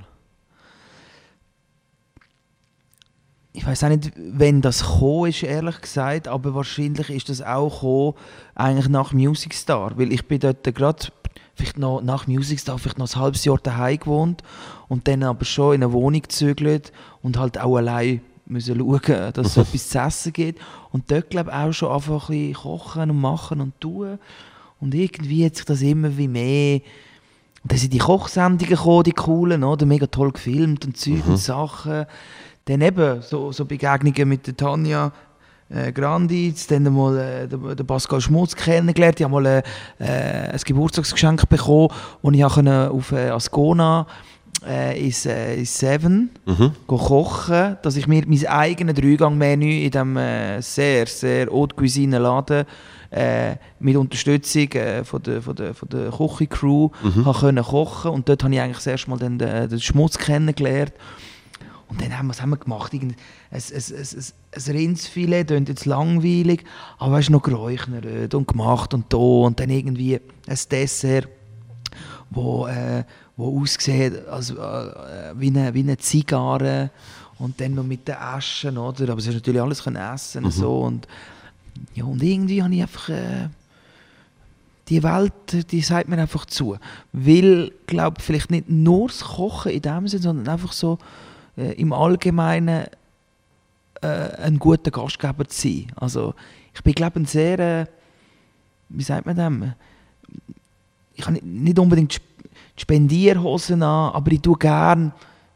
Ich weiß auch nicht, wenn das gekommen ist, ehrlich gesagt, aber wahrscheinlich ist das auch gekommen, eigentlich nach Music Star, weil ich bin dort gerade vielleicht noch nach Music Star vielleicht noch ein halbes Jahr daheim gewohnt und dann aber schon in eine Wohnung gezögert und halt auch allein müssen schauen, dass es etwas zu essen gibt. Und dort glaube ich auch schon einfach ein bisschen kochen und machen und tun. Und irgendwie hat sich das immer wie mehr... Und dann sind die Kochsendungen gekommen, die coolen, oder? Mega toll gefilmt und Zeug mhm. und Sachen. Dann eben so, so Begegnungen mit der Tanja äh, Granditz, dann mal äh, den, den Pascal Schmutz kennengelernt. Ich habe mal äh, äh, ein Geburtstagsgeschenk bekommen, das ich auf äh, Ascona äh, ins, äh, ins Seven mhm. kochen, dass ich mir mein eigenes Dreigang-Menü in diesem äh, sehr, sehr Haute Cuisine-Laden äh, mit Unterstützung äh, von der, von der, von der Küche-Crew mhm. können kochen. Und dort habe ich eigentlich das erste Mal den, den, den Schmutz kennengelernt. Und dann haben wir, was haben wir gemacht? Ein, ein, ein, ein, ein Rindsfilet, das klingt jetzt langweilig, aber es ist noch geräuchert und gemacht und da. Und dann irgendwie ein Dessert, wo, äh, wo aussieht als, äh, wie, eine, wie eine Zigarre. Und dann noch mit den Aschen, oder? Aber es ist natürlich alles können essen mhm. so. Und, ja, und irgendwie habe ich einfach... Äh, die Welt, die sagt mir einfach zu. Weil, ich glaube, vielleicht nicht nur das Kochen in dem Sinne, sondern einfach so im Allgemeinen äh, ein guter Gastgeber zu sein. Also, ich bin, glaube ich, ein sehr, äh, wie sagt man das? Ich habe nicht unbedingt die Spendierhosen an, aber ich tue gerne,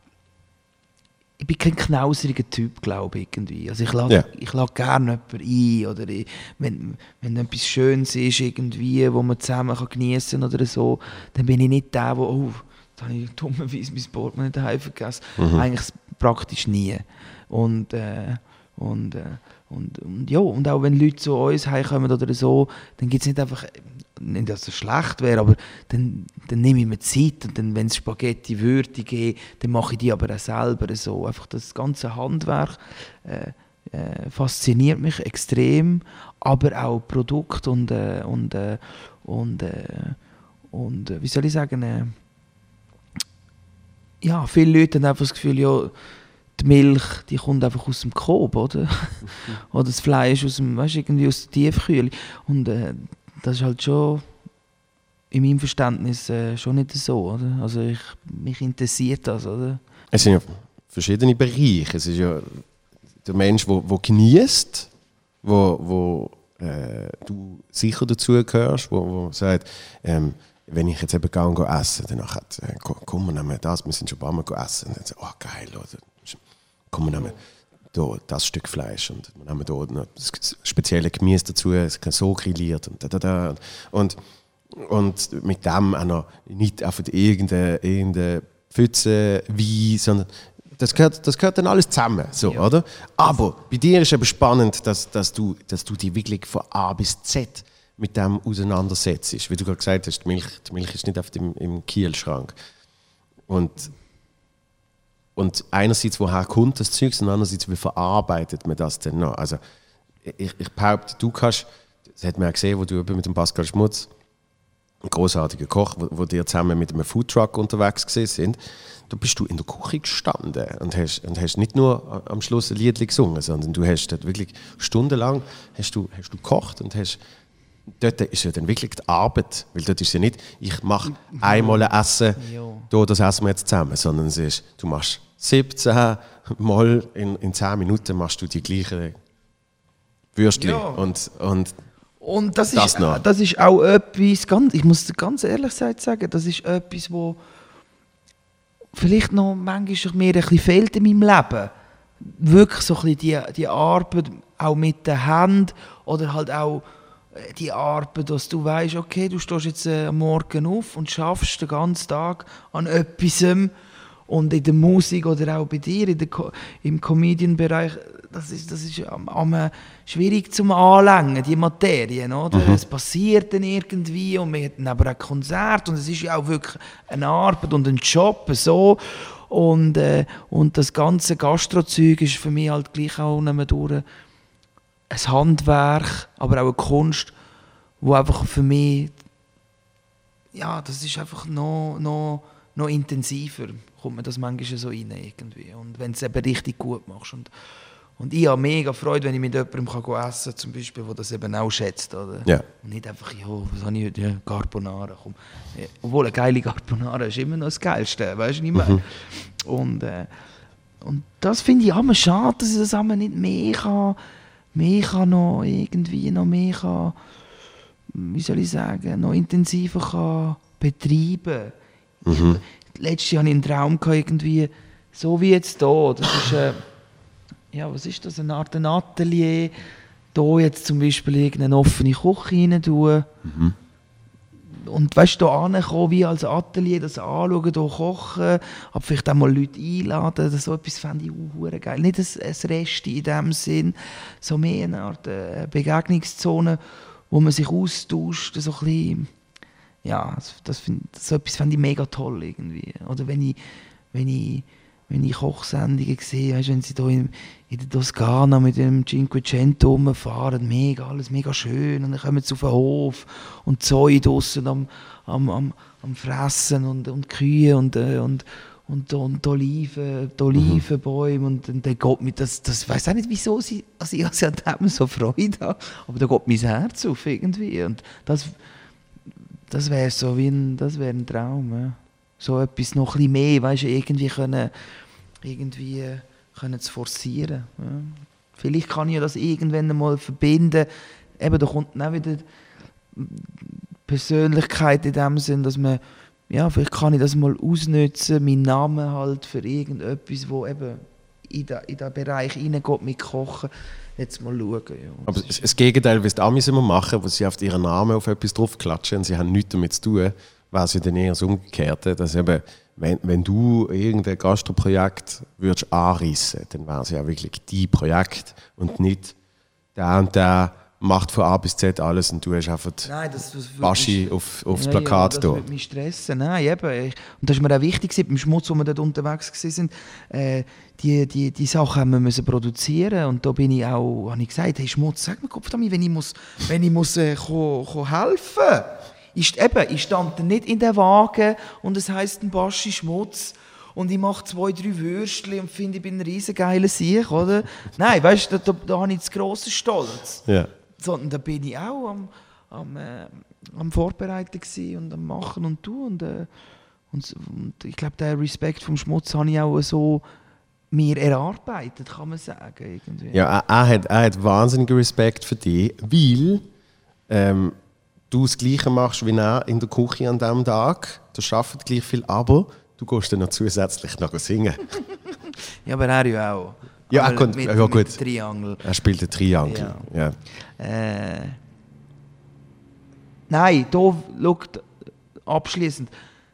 ich bin kein knauseriger Typ, glaube ich, irgendwie. Also ich lade, ja. ich lade gerne jemanden ein, oder ich, wenn, wenn etwas Schönes ist, irgendwie, wo man zusammen geniessen kann oder so, dann bin ich nicht der, der, oh, da habe ich dummerweise mein Portemonnaie daheim vergessen. Mhm. Eigentlich praktisch nie. Und, äh, und, äh, und, und, ja, und auch wenn Leute zu uns heimkommen oder so, dann gibt es nicht einfach, nicht, dass es schlecht wäre, aber dann, dann nehme ich mir Zeit und dann, wenn es Spaghetti würde geben, dann mache ich die aber auch selber so. Einfach das ganze Handwerk äh, äh, fasziniert mich extrem, aber auch Produkt und, äh, und, äh, und, äh, und äh, wie soll ich sagen, äh, ja, viele Leute haben einfach das Gefühl, ja, die Milch, die kommt einfach aus dem Coop, oder? Oder das Fleisch aus dem, weißt, irgendwie aus der Tiefkühle. Und äh, das ist halt schon in meinem Verständnis äh, schon nicht so, oder? Also ich, mich interessiert das, oder? Es sind ja verschiedene Bereiche. Es ist ja der Mensch, der genießt, wo, wo äh, du sicher dazugehörst, wo, wo sagt, ähm, wenn ich jetzt eben gehe und essen, dann äh, komm, wir nehmen das, wir sind schon ein paar Mal essen. Und dann so, oh geil, oder? Komm, wir nehmen da das Stück Fleisch und wir nehmen da noch das spezielle Gemüse dazu, es kann so grilliert und da, da, da. Und, und mit dem auch noch nicht einfach irgendeine, irgendeine Pfütze, Wein, sondern das gehört, das gehört dann alles zusammen, so, ja. Oder? Aber bei dir ist eben spannend, dass, dass, du, dass du dich wirklich von A bis Z mit dem auseinandersetzt. Wie du gerade gesagt hast, die Milch, die Milch ist nicht auf dem, im Kühlschrank. Und, und einerseits, woher kommt das Zeug, und andererseits, wie verarbeitet man das denn noch? Also, ich, ich behaupte, du kannst, das hat man ja gesehen, wo du mit dem Pascal Schmutz, ein großartiger Koch, wo, wo die zusammen mit einem Foodtruck unterwegs sind, da bist du in der Küche gestanden und hast, und hast nicht nur am Schluss ein Lied gesungen, sondern du hast dort wirklich stundenlang hast du, hast du gekocht und hast, dort ist ja dann wirklich die Arbeit, weil dort ist ja nicht, ich mache einmal ein Essen, da, das essen wir jetzt zusammen, sondern es ist, du machst siebzehn Mal in, in zehn Minuten machst du die gleichen Würstchen ja. und, und Und das, das, ist, noch. das ist auch etwas, ganz, ich muss ganz ehrlich sagen, das ist etwas, wo vielleicht noch manchmal mir ein bisschen fehlt in meinem Leben. Wirklich so ein bisschen die, die Arbeit auch mit den Händen oder halt auch die Arbeit, dass du weißt, okay, du stehst jetzt äh, am Morgen auf und schaffst den ganzen Tag an etwas. Und in der Musik oder auch bei dir in der Co- im Comedian-Bereich, das ist, das ist am, am schwierig zum Anlängen, die Materien, oder? Mhm. Es passiert dann irgendwie und wir hatten aber ein Konzert und es ist ja auch wirklich eine Arbeit und ein Job, so. Und, äh, und das ganze Gastro-Zeug ist für mich halt gleich auch nicht mehr durch ein Handwerk, aber auch eine Kunst, wo einfach für mich, ja, das ist einfach noch, noch, noch intensiver, kommt mir das manchmal so rein irgendwie. Und wenn du es eben richtig gut machst. Und, und ich habe mega Freude, wenn ich mit jemandem kann essen kann, zum Beispiel, der das eben auch schätzt. Oder? Ja. Und nicht einfach, ja, was habe ich heute? Ja, Carbonara. Komm. Ja, obwohl, eine geile Carbonara ist immer noch das Geilste, weißt du, was ich meine? Mhm. Und, äh, und das finde ich immer schade, dass ich das immer nicht mehr kann, mehr kann noch irgendwie noch mehr kann, wie soll ich sagen, noch intensiver kann betreiben. Mhm. Letztes Jahr hatte ich einen Traum gehabt, irgendwie, so wie jetzt hier. Das ist, äh, ja, was ist das, eine Art ein Atelier. Hier jetzt zum Beispiel irgendeine offene Küche rein tun. Mhm. Und weißt du, hier hinkommen, wie als Atelier, das anschauen, hier kochen, aber vielleicht auch mal Leute einladen, das so etwas fände ich auch geil. Nicht ein, ein Rest in dem Sinn, so mehr eine Art äh, Begegnungszone, wo man sich austauscht, so ein bisschen, ja, das find, so etwas fände ich mega toll irgendwie. Oder wenn ich, wenn ich, wenn ich Kochsendungen sehe, weißt, wenn sie hier in, in der Toskana mit dem Cinquecento rumfahren, mega, alles mega schön, und dann kommen sie auf den Hof und die Zäune draussen am, am, am, am Fressen und, und Kühe und, äh, und, und, und die Oliven, die Olivenbäume, und, und dann geht mir das, das, ich weiss auch nicht, wieso sie, also ich also an dem so Freude habe, aber da geht mein Herz auf irgendwie, und das, das wäre so wie ein, das wäre ein Traum, ja. So etwas noch ein bisschen mehr, weißt du, irgendwie können, irgendwie können zu forcieren. Ja. Vielleicht kann ich das irgendwann mal verbinden. Eben, da kommt dann auch wieder Persönlichkeit in dem Sinn, dass man, ja, vielleicht kann ich das mal ausnutzen, meinen Namen halt für irgendetwas, wo eben in den, in den Bereich reingeht mit Kochen. Jetzt mal schauen. Ja. Aber das, das Gegenteil, was die Amis immer machen, wo sie auf ihren Namen auf etwas draufklatschen und sie haben nichts damit zu tun, wäre es ja dann eher das Umgekehrte, dass eben, wenn, wenn du irgendein Gastroprojekt würdest anreissen, dann wäre es ja wirklich dein Projekt und nicht der und der macht von A bis Z alles und du hast einfach Nein, das, das Baschi auf, aufs ja, Plakat ja, da. Das würde mich stressen. Nein, eben. Ich, und das ist mir auch wichtig, beim Schmutz, wo wir dort unterwegs waren, äh, die, die, die Sachen haben wir müssen produzieren, und da bin ich auch, habe ich gesagt, hey Schmutz, sag mir Kopf damit, wenn ich muss, wenn ich muss äh, ko, ko helfen. Ich, eben, ich stand nicht in den Wagen und es heisst ein Baschi Schmutz und ich mache zwei, drei Würstchen und finde, ich bin ein riesen geiler Sieg, oder? Nein, weißt du, da, da, da habe ich jetzt grossen Stolz. Ja. Sondern da bin ich auch am, am, äh, am Vorbereiten gewesen und am Machen und tun. Und, äh, und, und ich glaube, den Respekt vom Schmutz habe ich auch so mir erarbeitet, kann man sagen. Irgendwie. Ja, er, er, hat, er hat wahnsinnigen Respekt für dich, weil ähm, du das Gleiche machst wie er in der Küche an diesem Tag. Du schaffst gleich viel, aber du gehst dann noch zusätzlich noch singen. Ja, aber er ja auch. Ja, aber er kommt, mit, ja, gut. mit Triangel. Er spielt den Triangel. Ja. Ja. Äh, nein, hier, schau, abschliessend.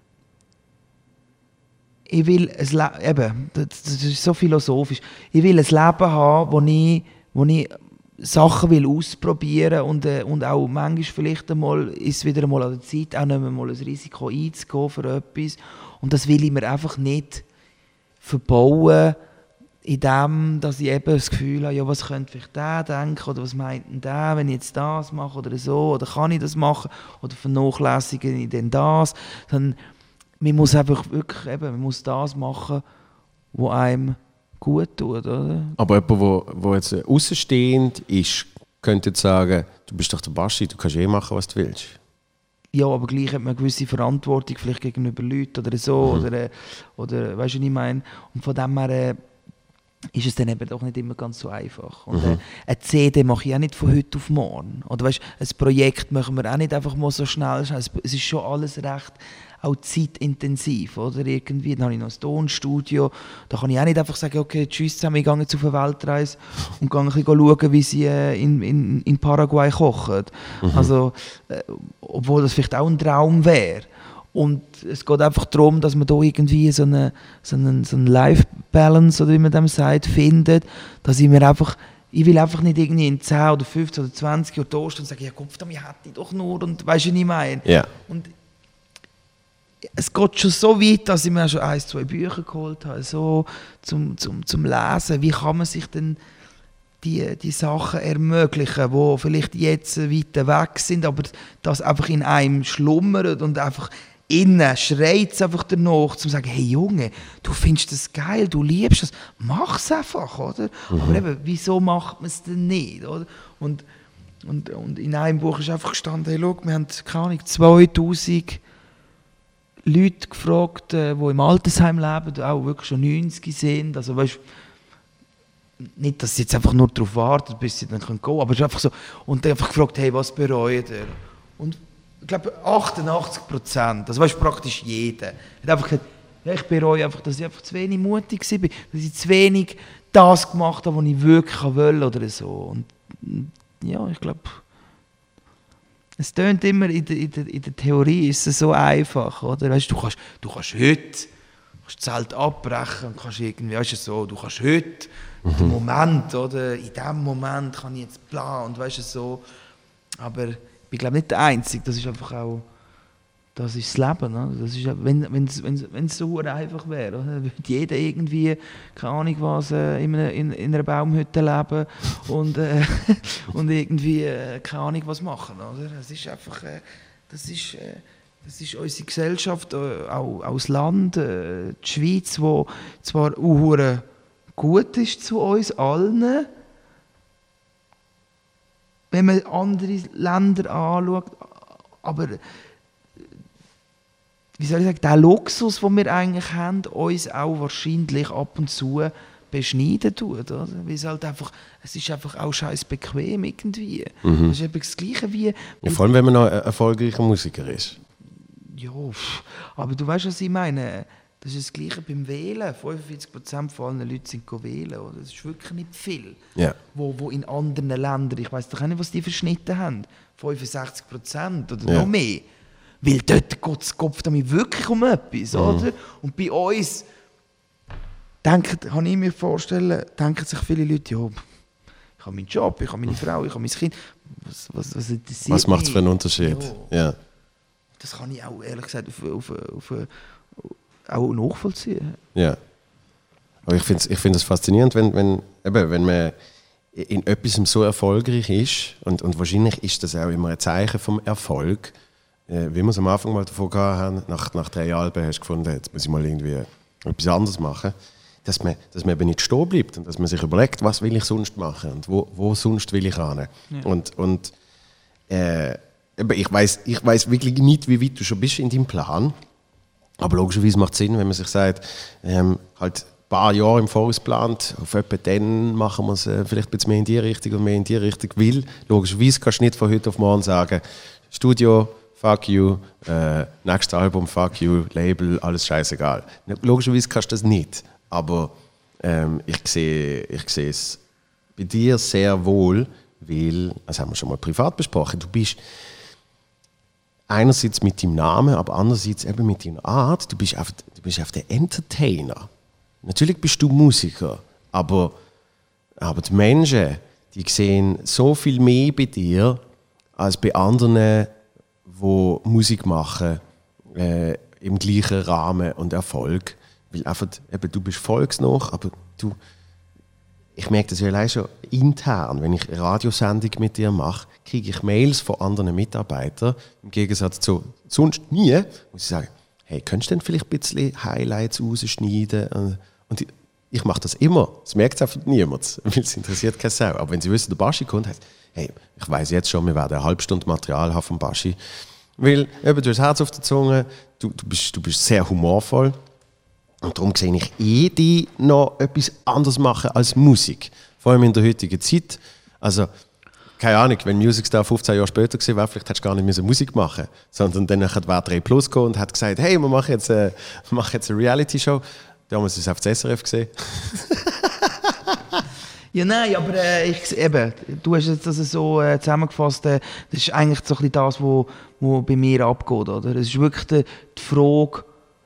Ich will ein Le- eben, das, das ist so philosophisch. Ich will ein Leben haben, wo ich, wo ich Sachen will ausprobieren und, äh, und auch manchmal vielleicht einmal ist es wieder einmal an der Zeit, auch nicht mehr mal ein Risiko einzugehen für etwas. Und das will ich mir einfach nicht verbauen, in dem, dass ich eben das Gefühl habe, ja, was könnte vielleicht der denken oder was meint denn der, wenn ich jetzt das mache oder so, oder kann ich das machen oder vernachlässige ich denn das. Dann, man muss einfach wirklich eben, man muss das machen, was einem gut tut, oder? Aber jemand, wo, wo jetzt außenstehend ist, könnte jetzt sagen, du bist doch der Baschi, du kannst eh machen, was du willst. Ja, aber gleich hat man eine gewisse Verantwortung vielleicht gegenüber Leuten oder so, mhm. oder, oder weißt du, was ich meine? Und von dem her äh, ist es dann eben doch nicht immer ganz so einfach. Und mhm. äh, eine C D mache ich auch nicht von heute auf morgen. Oder weißt, ein Projekt machen wir auch nicht einfach mal so schnell. Es ist schon alles recht auch zeitintensiv, oder? Irgendwie, dann habe ich noch ein Tonstudio. Da kann ich auch nicht einfach sagen, okay, tschüss zusammen, ich gehe jetzt auf eine Weltreise und gehe ein bisschen schauen, wie sie äh, in, in, in Paraguay kochen. Mhm. Also, äh, obwohl das vielleicht auch ein Traum wäre. Und es geht einfach darum, dass man da irgendwie so eine, so eine, so eine Life-Balance, oder wie man dem sagt, findet, dass ich mir einfach, ich will einfach nicht irgendwie in zehn oder fünfzehn oder zwanzig Jahren da stehen und sagen, ja Kopf, damit hätte ich doch nur, und weißt du, was ich meine? Ja. Und es geht schon so weit, dass ich mir schon ein, zwei Bücher geholt habe, so zum, zum, zum Lesen. Wie kann man sich denn die, die Sachen ermöglichen, die vielleicht jetzt weit weg sind, aber das einfach in einem schlummert und einfach innen schreit es einfach danach, zu sagen, hey Junge, du findest das geil, du liebst das, mach es einfach, oder? Mhm. Aber eben, wieso macht man es denn nicht, oder? Und, und, und in einem Buch ist einfach gestanden, hey, schau, wir haben, keine Ahnung, zweitausend Leute gefragt, die im Altersheim leben, auch wirklich schon neunzig sind. Also, weißt, nicht, dass sie jetzt einfach nur darauf warten, bis sie dann gehen können, aber es ist einfach so. Und dann einfach gefragt, hey, was bereut ihr? Und ich glaube, achtundachtzig Prozent, das weiß praktisch jeder, hat einfach gesagt, ja, ich bereue einfach, dass ich einfach zu wenig mutig war, dass ich zu wenig das gemacht habe, was ich wirklich wollte oder so. Und ja, ich glaube, es tönt immer, in der, in, der, in der Theorie ist es so einfach, oder? Weißt, du, kannst, du kannst heute kannst das Zelt abbrechen und kannst irgendwie, weißt du, so, du kannst heute, mhm. in dem Moment, oder? In dem Moment kann ich jetzt planen und weißt du, so. Aber ich bin, glaube nicht der Einzige, das ist einfach auch, das ist das Leben, oder? Das ist, wenn es wenn, wenn so einfach wäre, oder? Würde jeder irgendwie, keine Ahnung was, äh, in, einer, in, in einer Baumhütte leben und, äh, und irgendwie, äh, keine Ahnung was machen, oder? Das ist einfach, äh, das ist, äh, das ist unsere Gesellschaft, äh, auch, auch das Land, äh, die Schweiz, wo zwar auch gut ist zu uns allen, wenn man andere Länder anschaut, aber wie soll ich sagen, der Luxus, den wir eigentlich haben, uns auch wahrscheinlich ab und zu beschneiden tut. Oder? Weil es halt einfach, es ist einfach auch scheiß bequem irgendwie. Mhm. Das ist eben das Gleiche wie... Ja, vor allem, wenn man noch ein erfolgreicher Musiker ist. Ja, aber du weißt, was ich meine. Das ist das Gleiche beim Wählen. fünfundvierzig Prozent von allen Leuten sind wählen. Oder? Das ist wirklich nicht viel. Ja. Wo, wo in anderen Ländern, ich weiss doch auch nicht, was die verschnitten haben, fünfundsechzig Prozent oder ja. noch mehr. Weil dort geht es Kopf damit wirklich um etwas, mhm. oder? Und bei uns, denken, kann ich mir vorstellen, denken sich viele Leute, ja, ich habe meinen Job, ich habe meine Frau, ich habe mein Kind. Was, was, was, was macht es für einen Unterschied? Ja. Ja. Das kann ich auch, ehrlich gesagt, auf, auf, auf, auf, auch nachvollziehen. Ja. Aber ich finde es ich find faszinierend, wenn, wenn, eben, wenn man in etwas so erfolgreich ist, und, und wahrscheinlich ist das auch immer ein Zeichen vom Erfolg, wie wir es am Anfang mal davon hatten, nach, nach drei Alben hast du gefunden, jetzt muss ich mal irgendwie etwas anderes machen, dass man, dass man eben nicht stehen bleibt und dass man sich überlegt, was will ich sonst machen und wo, wo sonst will ich hin. Ja. Und, und äh, ich weiß ich weiss wirklich nicht, wie weit du schon bist in deinem Plan, aber logischerweise macht es Sinn, wenn man sich sagt, ähm, halt ein paar Jahre im Voraus plant, auf etwa dann machen wir es äh, vielleicht ein bisschen mehr in die Richtung und mehr in die Richtung, weil logischerweise kannst du nicht von heute auf morgen sagen, Studio, fuck you, äh, nächstes Album, fuck you, Label, alles scheißegal. Logischerweise kannst du das nicht. Aber ähm, ich sehe ich sehe es bei dir sehr wohl, weil, das haben wir schon mal privat besprochen, du bist einerseits mit deinem Namen, aber andererseits eben mit deiner Art, du bist einfach, du bist einfach der Entertainer. Natürlich bist du Musiker, aber, aber die Menschen, die sehen so viel mehr bei dir, als bei anderen, die Musik machen, äh, im gleichen Rahmen und Erfolg. Weil einfach, eben, du bist volksnah, aber du, ich merke das ja allein schon intern, wenn ich eine Radiosendung mit dir mache, kriege ich Mails von anderen Mitarbeitern, im Gegensatz zu sonst nie, muss ich sagen, hey, könntest du denn vielleicht ein bisschen Highlights rausschneiden? Und ich, ich mache das immer, das merkt einfach niemand, weil es interessiert keine Sau. Aber wenn sie wissen, der Baschi kommt, heißt, hey, ich weiss jetzt schon, wir werden eine halbe Stunde Material haben vom Baschi, weil eben, du hast das Herz auf der Zunge, du, du, bist, du bist sehr humorvoll. Und darum sehe ich eh die noch etwas anderes machen als Musik. Vor allem in der heutigen Zeit. Also, keine Ahnung, wenn Music Star fünfzehn Jahre später gewesen wäre, vielleicht hättest du gar nicht Musik machen müssen. Sondern dann wäre drei Plus gekommen und hat gesagt, hey, wir machen jetzt eine, wir machen jetzt eine Reality-Show. Damals ist es auf das S R F gesehen. Ja, nein, aber äh, ich, eben, du hast jetzt das so äh, zusammengefasst, äh, das ist eigentlich so ein bisschen das, was bei mir abgeht. Oder? Es ist wirklich die, die Frage,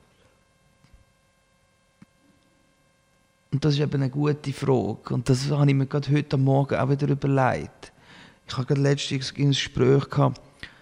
und das ist eben eine gute Frage. Und das habe ich mir gerade heute Morgen auch wieder überlegt. Ich habe gerade letztens ein Gespräch gehabt.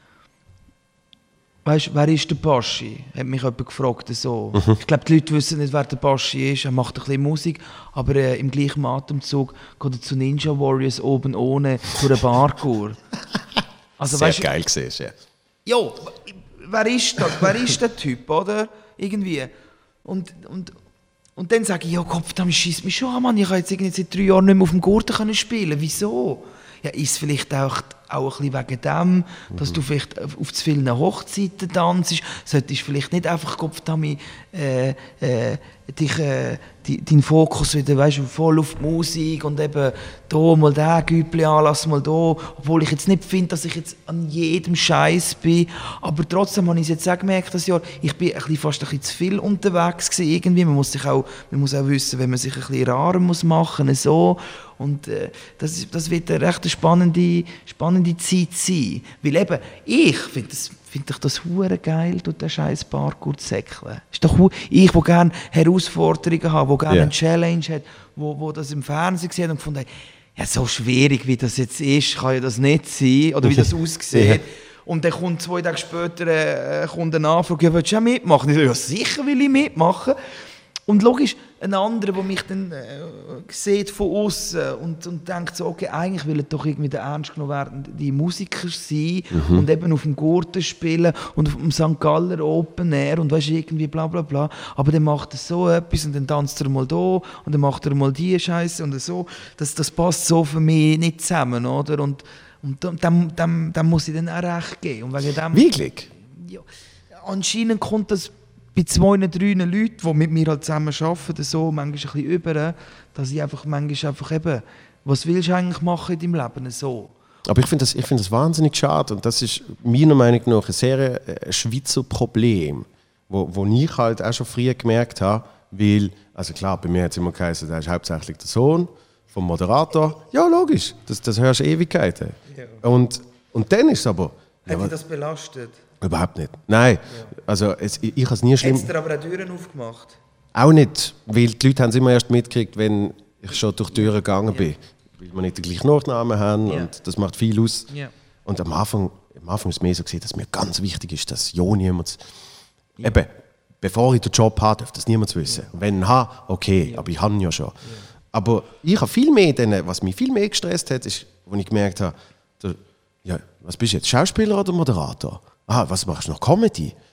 Weißt du, wer ist der Baschi? Hat mich jemand gefragt. So. Mhm. Ich glaube, die Leute wissen nicht, wer der Baschi ist. Er macht ein bisschen Musik, aber äh, im gleichen Atemzug geht er zu Ninja Warriors oben ohne durch einen Parkour. Also, sehr weißt, geil gesehen, ja. Ja, wer ist das? Wer ist der Typ, oder? Irgendwie. Und, und, und dann sage ich, ja Kopf, das schießt mich schon an, Mann. Ich kann jetzt irgendwie seit drei Jahren nicht mehr auf dem Gurten spielen. Wieso? Ja, ist es vielleicht auch, auch ein bisschen wegen dem, dass mhm. du vielleicht auf zu vielen Hochzeiten tanzt? Solltest du vielleicht nicht einfach, Kopf, damit, äh, äh, dich, äh, die, deinen Fokus wieder, weißt, voll auf die Musik und eben da mal den Güppli Anlass, mal da. Obwohl ich jetzt nicht finde, dass ich jetzt an jedem Scheiß bin. Aber trotzdem habe ich jetzt auch gemerkt, das Jahr, ich bin ein bisschen, fast ein bisschen zu viel unterwegs gewesen, irgendwie. Man muss sich auch, man muss auch wissen, wenn man sich ein bisschen rarer muss machen, so. Und äh, das, das wird eine recht spannende, spannende Zeit sein. Weil eben, ich finde das, find das hure geil, durch den scheiß Parkour zu säckeln. Ist doch hu- ich, der gerne Herausforderungen habe, der gerne yeah. eine Challenge hat, wo, wo das im Fernsehen gesehen hat und gefunden hat, ja, so schwierig wie das jetzt ist, kann ja das nicht sein. Oder wie das aussieht. Yeah. Und dann kommt zwei Tage später äh, kommt eine Anfrage, ja, willst du auch mitmachen? Ich so, ja, sicher will ich mitmachen. Und logisch, ein anderer, der mich dann äh, sieht von außen und, und denkt so, okay, eigentlich will er doch irgendwie der ernst genommen werden, die Musiker sein mhm. und eben auf dem Gurten spielen und auf dem Sankt Galler Open Air und weißt irgendwie bla bla bla. Aber dann macht er so etwas und dann tanzt er mal da und dann macht er mal die Scheiße und so. Das, das passt so für mich nicht zusammen, oder? Und, und dem, dem, dem muss ich dann auch recht geben. Und wegen dem, wirklich? Ja, anscheinend kommt das bei zwei, drei Leuten, die mit mir halt zusammen arbeiten, so manchmal ein bisschen über, dass ich einfach manchmal einfach eben, was willst du eigentlich machen in deinem Leben, so. Aber ich finde das, ich find das wahnsinnig schade und das ist meiner Meinung nach ein sehr äh, Schweizer Problem, wo, wo ich halt auch schon früher gemerkt habe, weil, also klar, bei mir hat es immer geheißen, der ist hauptsächlich der Sohn vom Moderator. Ja, logisch, das, das hörst du Ewigkeiten. Ja. Und, und dann ist es aber... Hat dich das belastet? Überhaupt nicht. Nein, ja. also es, ich, ich habe es nie schlimm... Hast du dir aber auch Türen aufgemacht? Auch nicht, weil die Leute haben es immer erst mitgekriegt, wenn ich schon durch die Türen gegangen bin. Ja. Weil wir nicht den gleichen Nachnamen haben ja. und das macht viel aus. Ja. Und am Anfang, am Anfang ist es mir so gesehen, dass mir ganz wichtig ist, dass ja niemand... Ja. Eben, bevor ich den Job habe, darf das niemand wissen. Ja. Wenn ich habe, okay, ja. aber ich habe ihn ja schon. Ja. Aber ich habe viel mehr, denen, was mich viel mehr gestresst hat, ist, als ich gemerkt habe, der, ja, was bist du jetzt, Schauspieler oder Moderator? Ah, was machst du noch? Comedy?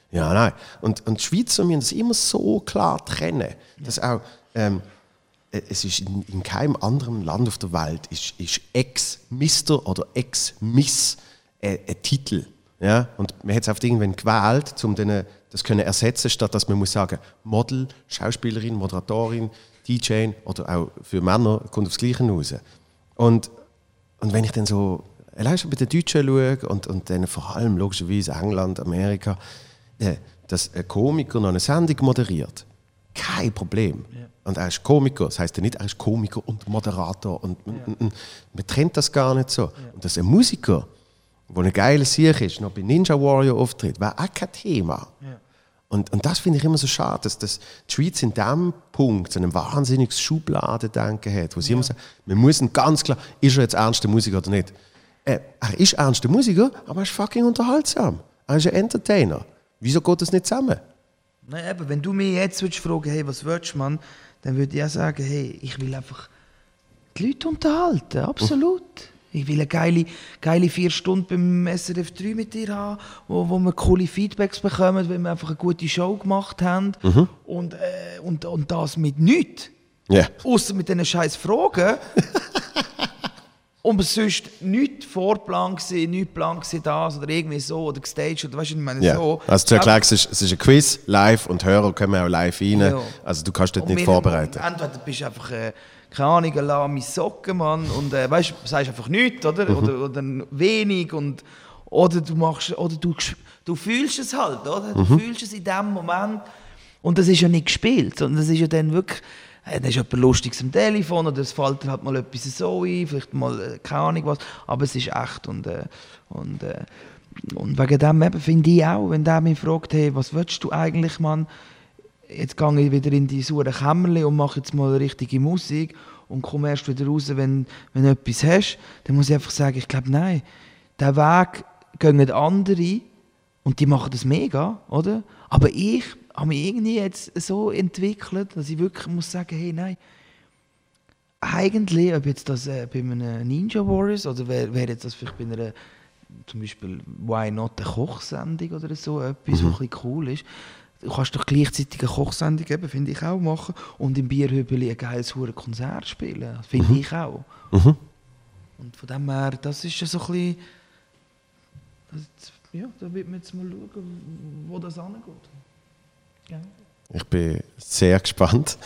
Ja, nein. Und, und die Schweizer müssen das immer so klar trennen, dass auch, ähm, es ist in, in keinem anderen Land auf der Welt ist, ist Ex-Mister oder Ex-Miss ein, ein Titel. Ja? Und man hat es oft irgendwann gewählt, um den, das können ersetzen, statt dass man muss sagen Model, Schauspielerin, Moderatorin, D J oder auch für Männer kommt aufs Gleiche raus. Und, und wenn ich dann so allein schon bei den Deutschen schaue und, und dann vor allem logischerweise England, Amerika, äh, dass ein Komiker noch eine Sendung moderiert, kein Problem. Ja. Und er ist Komiker, das heisst ja nicht, er ist Komiker und Moderator. Und, ja. und, und man trennt das gar nicht so. Ja. Und dass ein Musiker, der ein geiler Sieg ist, noch bei Ninja Warrior auftritt, wäre auch kein Thema. Ja. Und, und das finde ich immer so schade, dass, dass die Schweiz in diesem Punkt so ein wahnsinniges Schubladendenken hat, wo sie ja. immer sagen, wir müssen ganz klar, ist er jetzt ernster Musiker oder nicht? Äh, er ist ernster Musiker, aber er ist fucking unterhaltsam. Er ist ein Entertainer. Wieso geht das nicht zusammen? Nein, eben, wenn du mich jetzt würdest fragen, hey, was willst du, Mann, dann würde ich auch sagen, hey, ich will einfach die Leute unterhalten, absolut. Mhm. Ich will eine geile, geile vier Stunden beim S R F drei mit dir haben, wo, wo wir coole Feedbacks bekommen, weil wir einfach eine gute Show gemacht haben. Mhm. Und, äh, und, und das mit nichts. Yeah. Außer mit diesen scheiß Fragen. Und sonst nichts Vorplan gewesen, nichts Plan gewesen, das oder irgendwie so, oder gestaged, oder weißt du, ich meine yeah. so. Also du erklärst, es, es ist ein Quiz, live, und Hörer kommen auch live rein. Ja. Also du kannst dich nicht vorbereiten. Entweder bist du einfach, äh, keine Ahnung, ein lahme Socke, Mann, und äh, weißt, sagst einfach nichts, oder? Mhm. Oder, oder wenig, und, oder du machst, oder du, du fühlst es halt, oder? Du mhm. fühlst es in dem Moment. Und das ist ja nicht gespielt, sondern das ist ja dann wirklich, dann ist jemand Lustiges am Telefon oder es fällt halt mal etwas so ein, vielleicht mal keine Ahnung was, aber es ist echt. Und, äh, und, äh, und wegen dem finde ich auch, wenn der mich fragt, hey, was willst du eigentlich, Mann? Jetzt gehe ich wieder in die saure Kämmerchen und mache jetzt mal richtige Musik und komme erst wieder raus, wenn, wenn du etwas hast. Dann muss ich einfach sagen, ich glaube, nein, der Weg gehen nicht andere und die machen das mega, oder? Aber ich habe mich irgendwie jetzt so entwickelt, dass ich wirklich muss sagen, hey, nein, eigentlich, ob jetzt das äh, bei einem Ninja Warriors oder wäre wär jetzt das vielleicht bei einer, zum Beispiel Why Not, eine Kochsendung oder so, etwas, mhm. was ein bisschen cool ist. Du kannst doch gleichzeitig eine Kochsendung eben, finde ich auch, machen und im Bierhübeli ein geiles Konzert spielen, finde mhm. ich auch. Mhm. Und von dem her, das ist ja so ein bisschen, das, ja, da wird man jetzt mal schauen, wo das angeht. Ja. Ich bin sehr gespannt.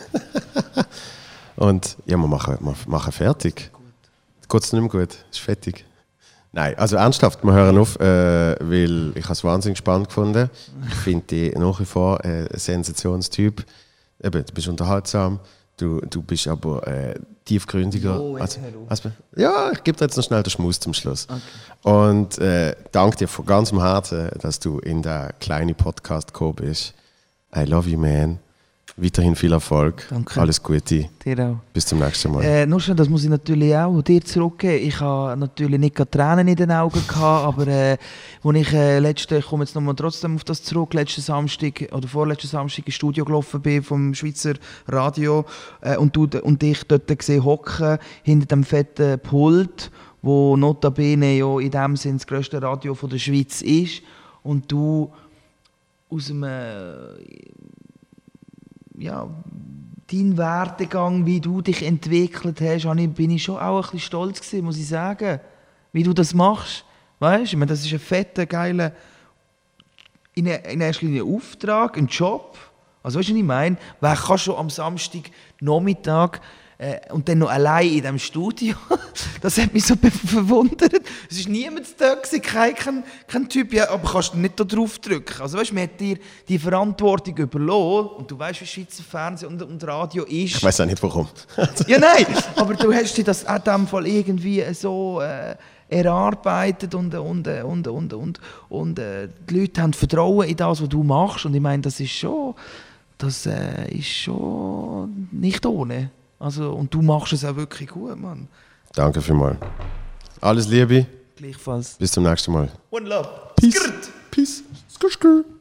Und ja, wir machen, wir machen fertig. Geht es nicht mehr gut? Ist fertig? Nein, also ernsthaft, wir hören auf, äh, weil ich es wahnsinnig spannend gefunden. Ich finde dich nach wie vor äh, ein Sensationstyp. Eben, du bist unterhaltsam, du, du bist aber äh, tiefgründiger. Oh, also, also, ja, ich gebe dir jetzt noch schnell den Schmaus zum Schluss. Okay. Und äh, danke dir von ganzem Herzen, dass du in den kleinen Podcast gekommen bist. I love you, man. Weiterhin viel Erfolg. Danke. Alles Gute. Dir auch. Bis zum nächsten Mal. Äh, nur schon, das muss ich natürlich auch dir zurückgeben. Ich habe natürlich nicht gerade Tränen in den Augen gehabt, aber äh, wo ich äh, letzte, ich komme jetzt nochmal trotzdem auf das zurück, letzten Samstag oder vorletzten Samstag ins Studio gelaufen bin vom Schweizer Radio äh, und, du, und ich dort gesehen hocken hinter dem fetten Pult, wo notabene ja in dem Sinne das grösste Radio von der Schweiz ist und du aus einem ja, dein Werdegang, wie du dich entwickelt hast, bin ich schon auch ein bisschen stolz gewesen, muss ich sagen, wie du das machst. Weißt du, das ist ein fetter, geiler, in erster Linie Auftrag, ein Job. Also weißt du, was ich meine? Wer kann schon am Samstag Nachmittag äh, und dann noch allein in diesem Studio? Das hat mich so verwundert. Es war niemand da, kein, kein, kein Typ, ja, aber kannst du nicht da drauf drücken. Also weißt, man hat dir die Verantwortung überlassen und du weißt, wie Schweizer Fernsehen und, und Radio ist. Ich weiß auch nicht, warum. Ja, nein, aber du hast dir das auch in diesem Fall irgendwie so äh, erarbeitet und, und, und, und, und, und äh, die Leute haben Vertrauen in das, was du machst und ich meine, das ist schon, das äh, ist schon nicht ohne. Also, und du machst es auch wirklich gut, Mann. Danke vielmals. Alles Liebe. Gleichfalls. Bis zum nächsten Mal. One love. Peace. Peace. Peace.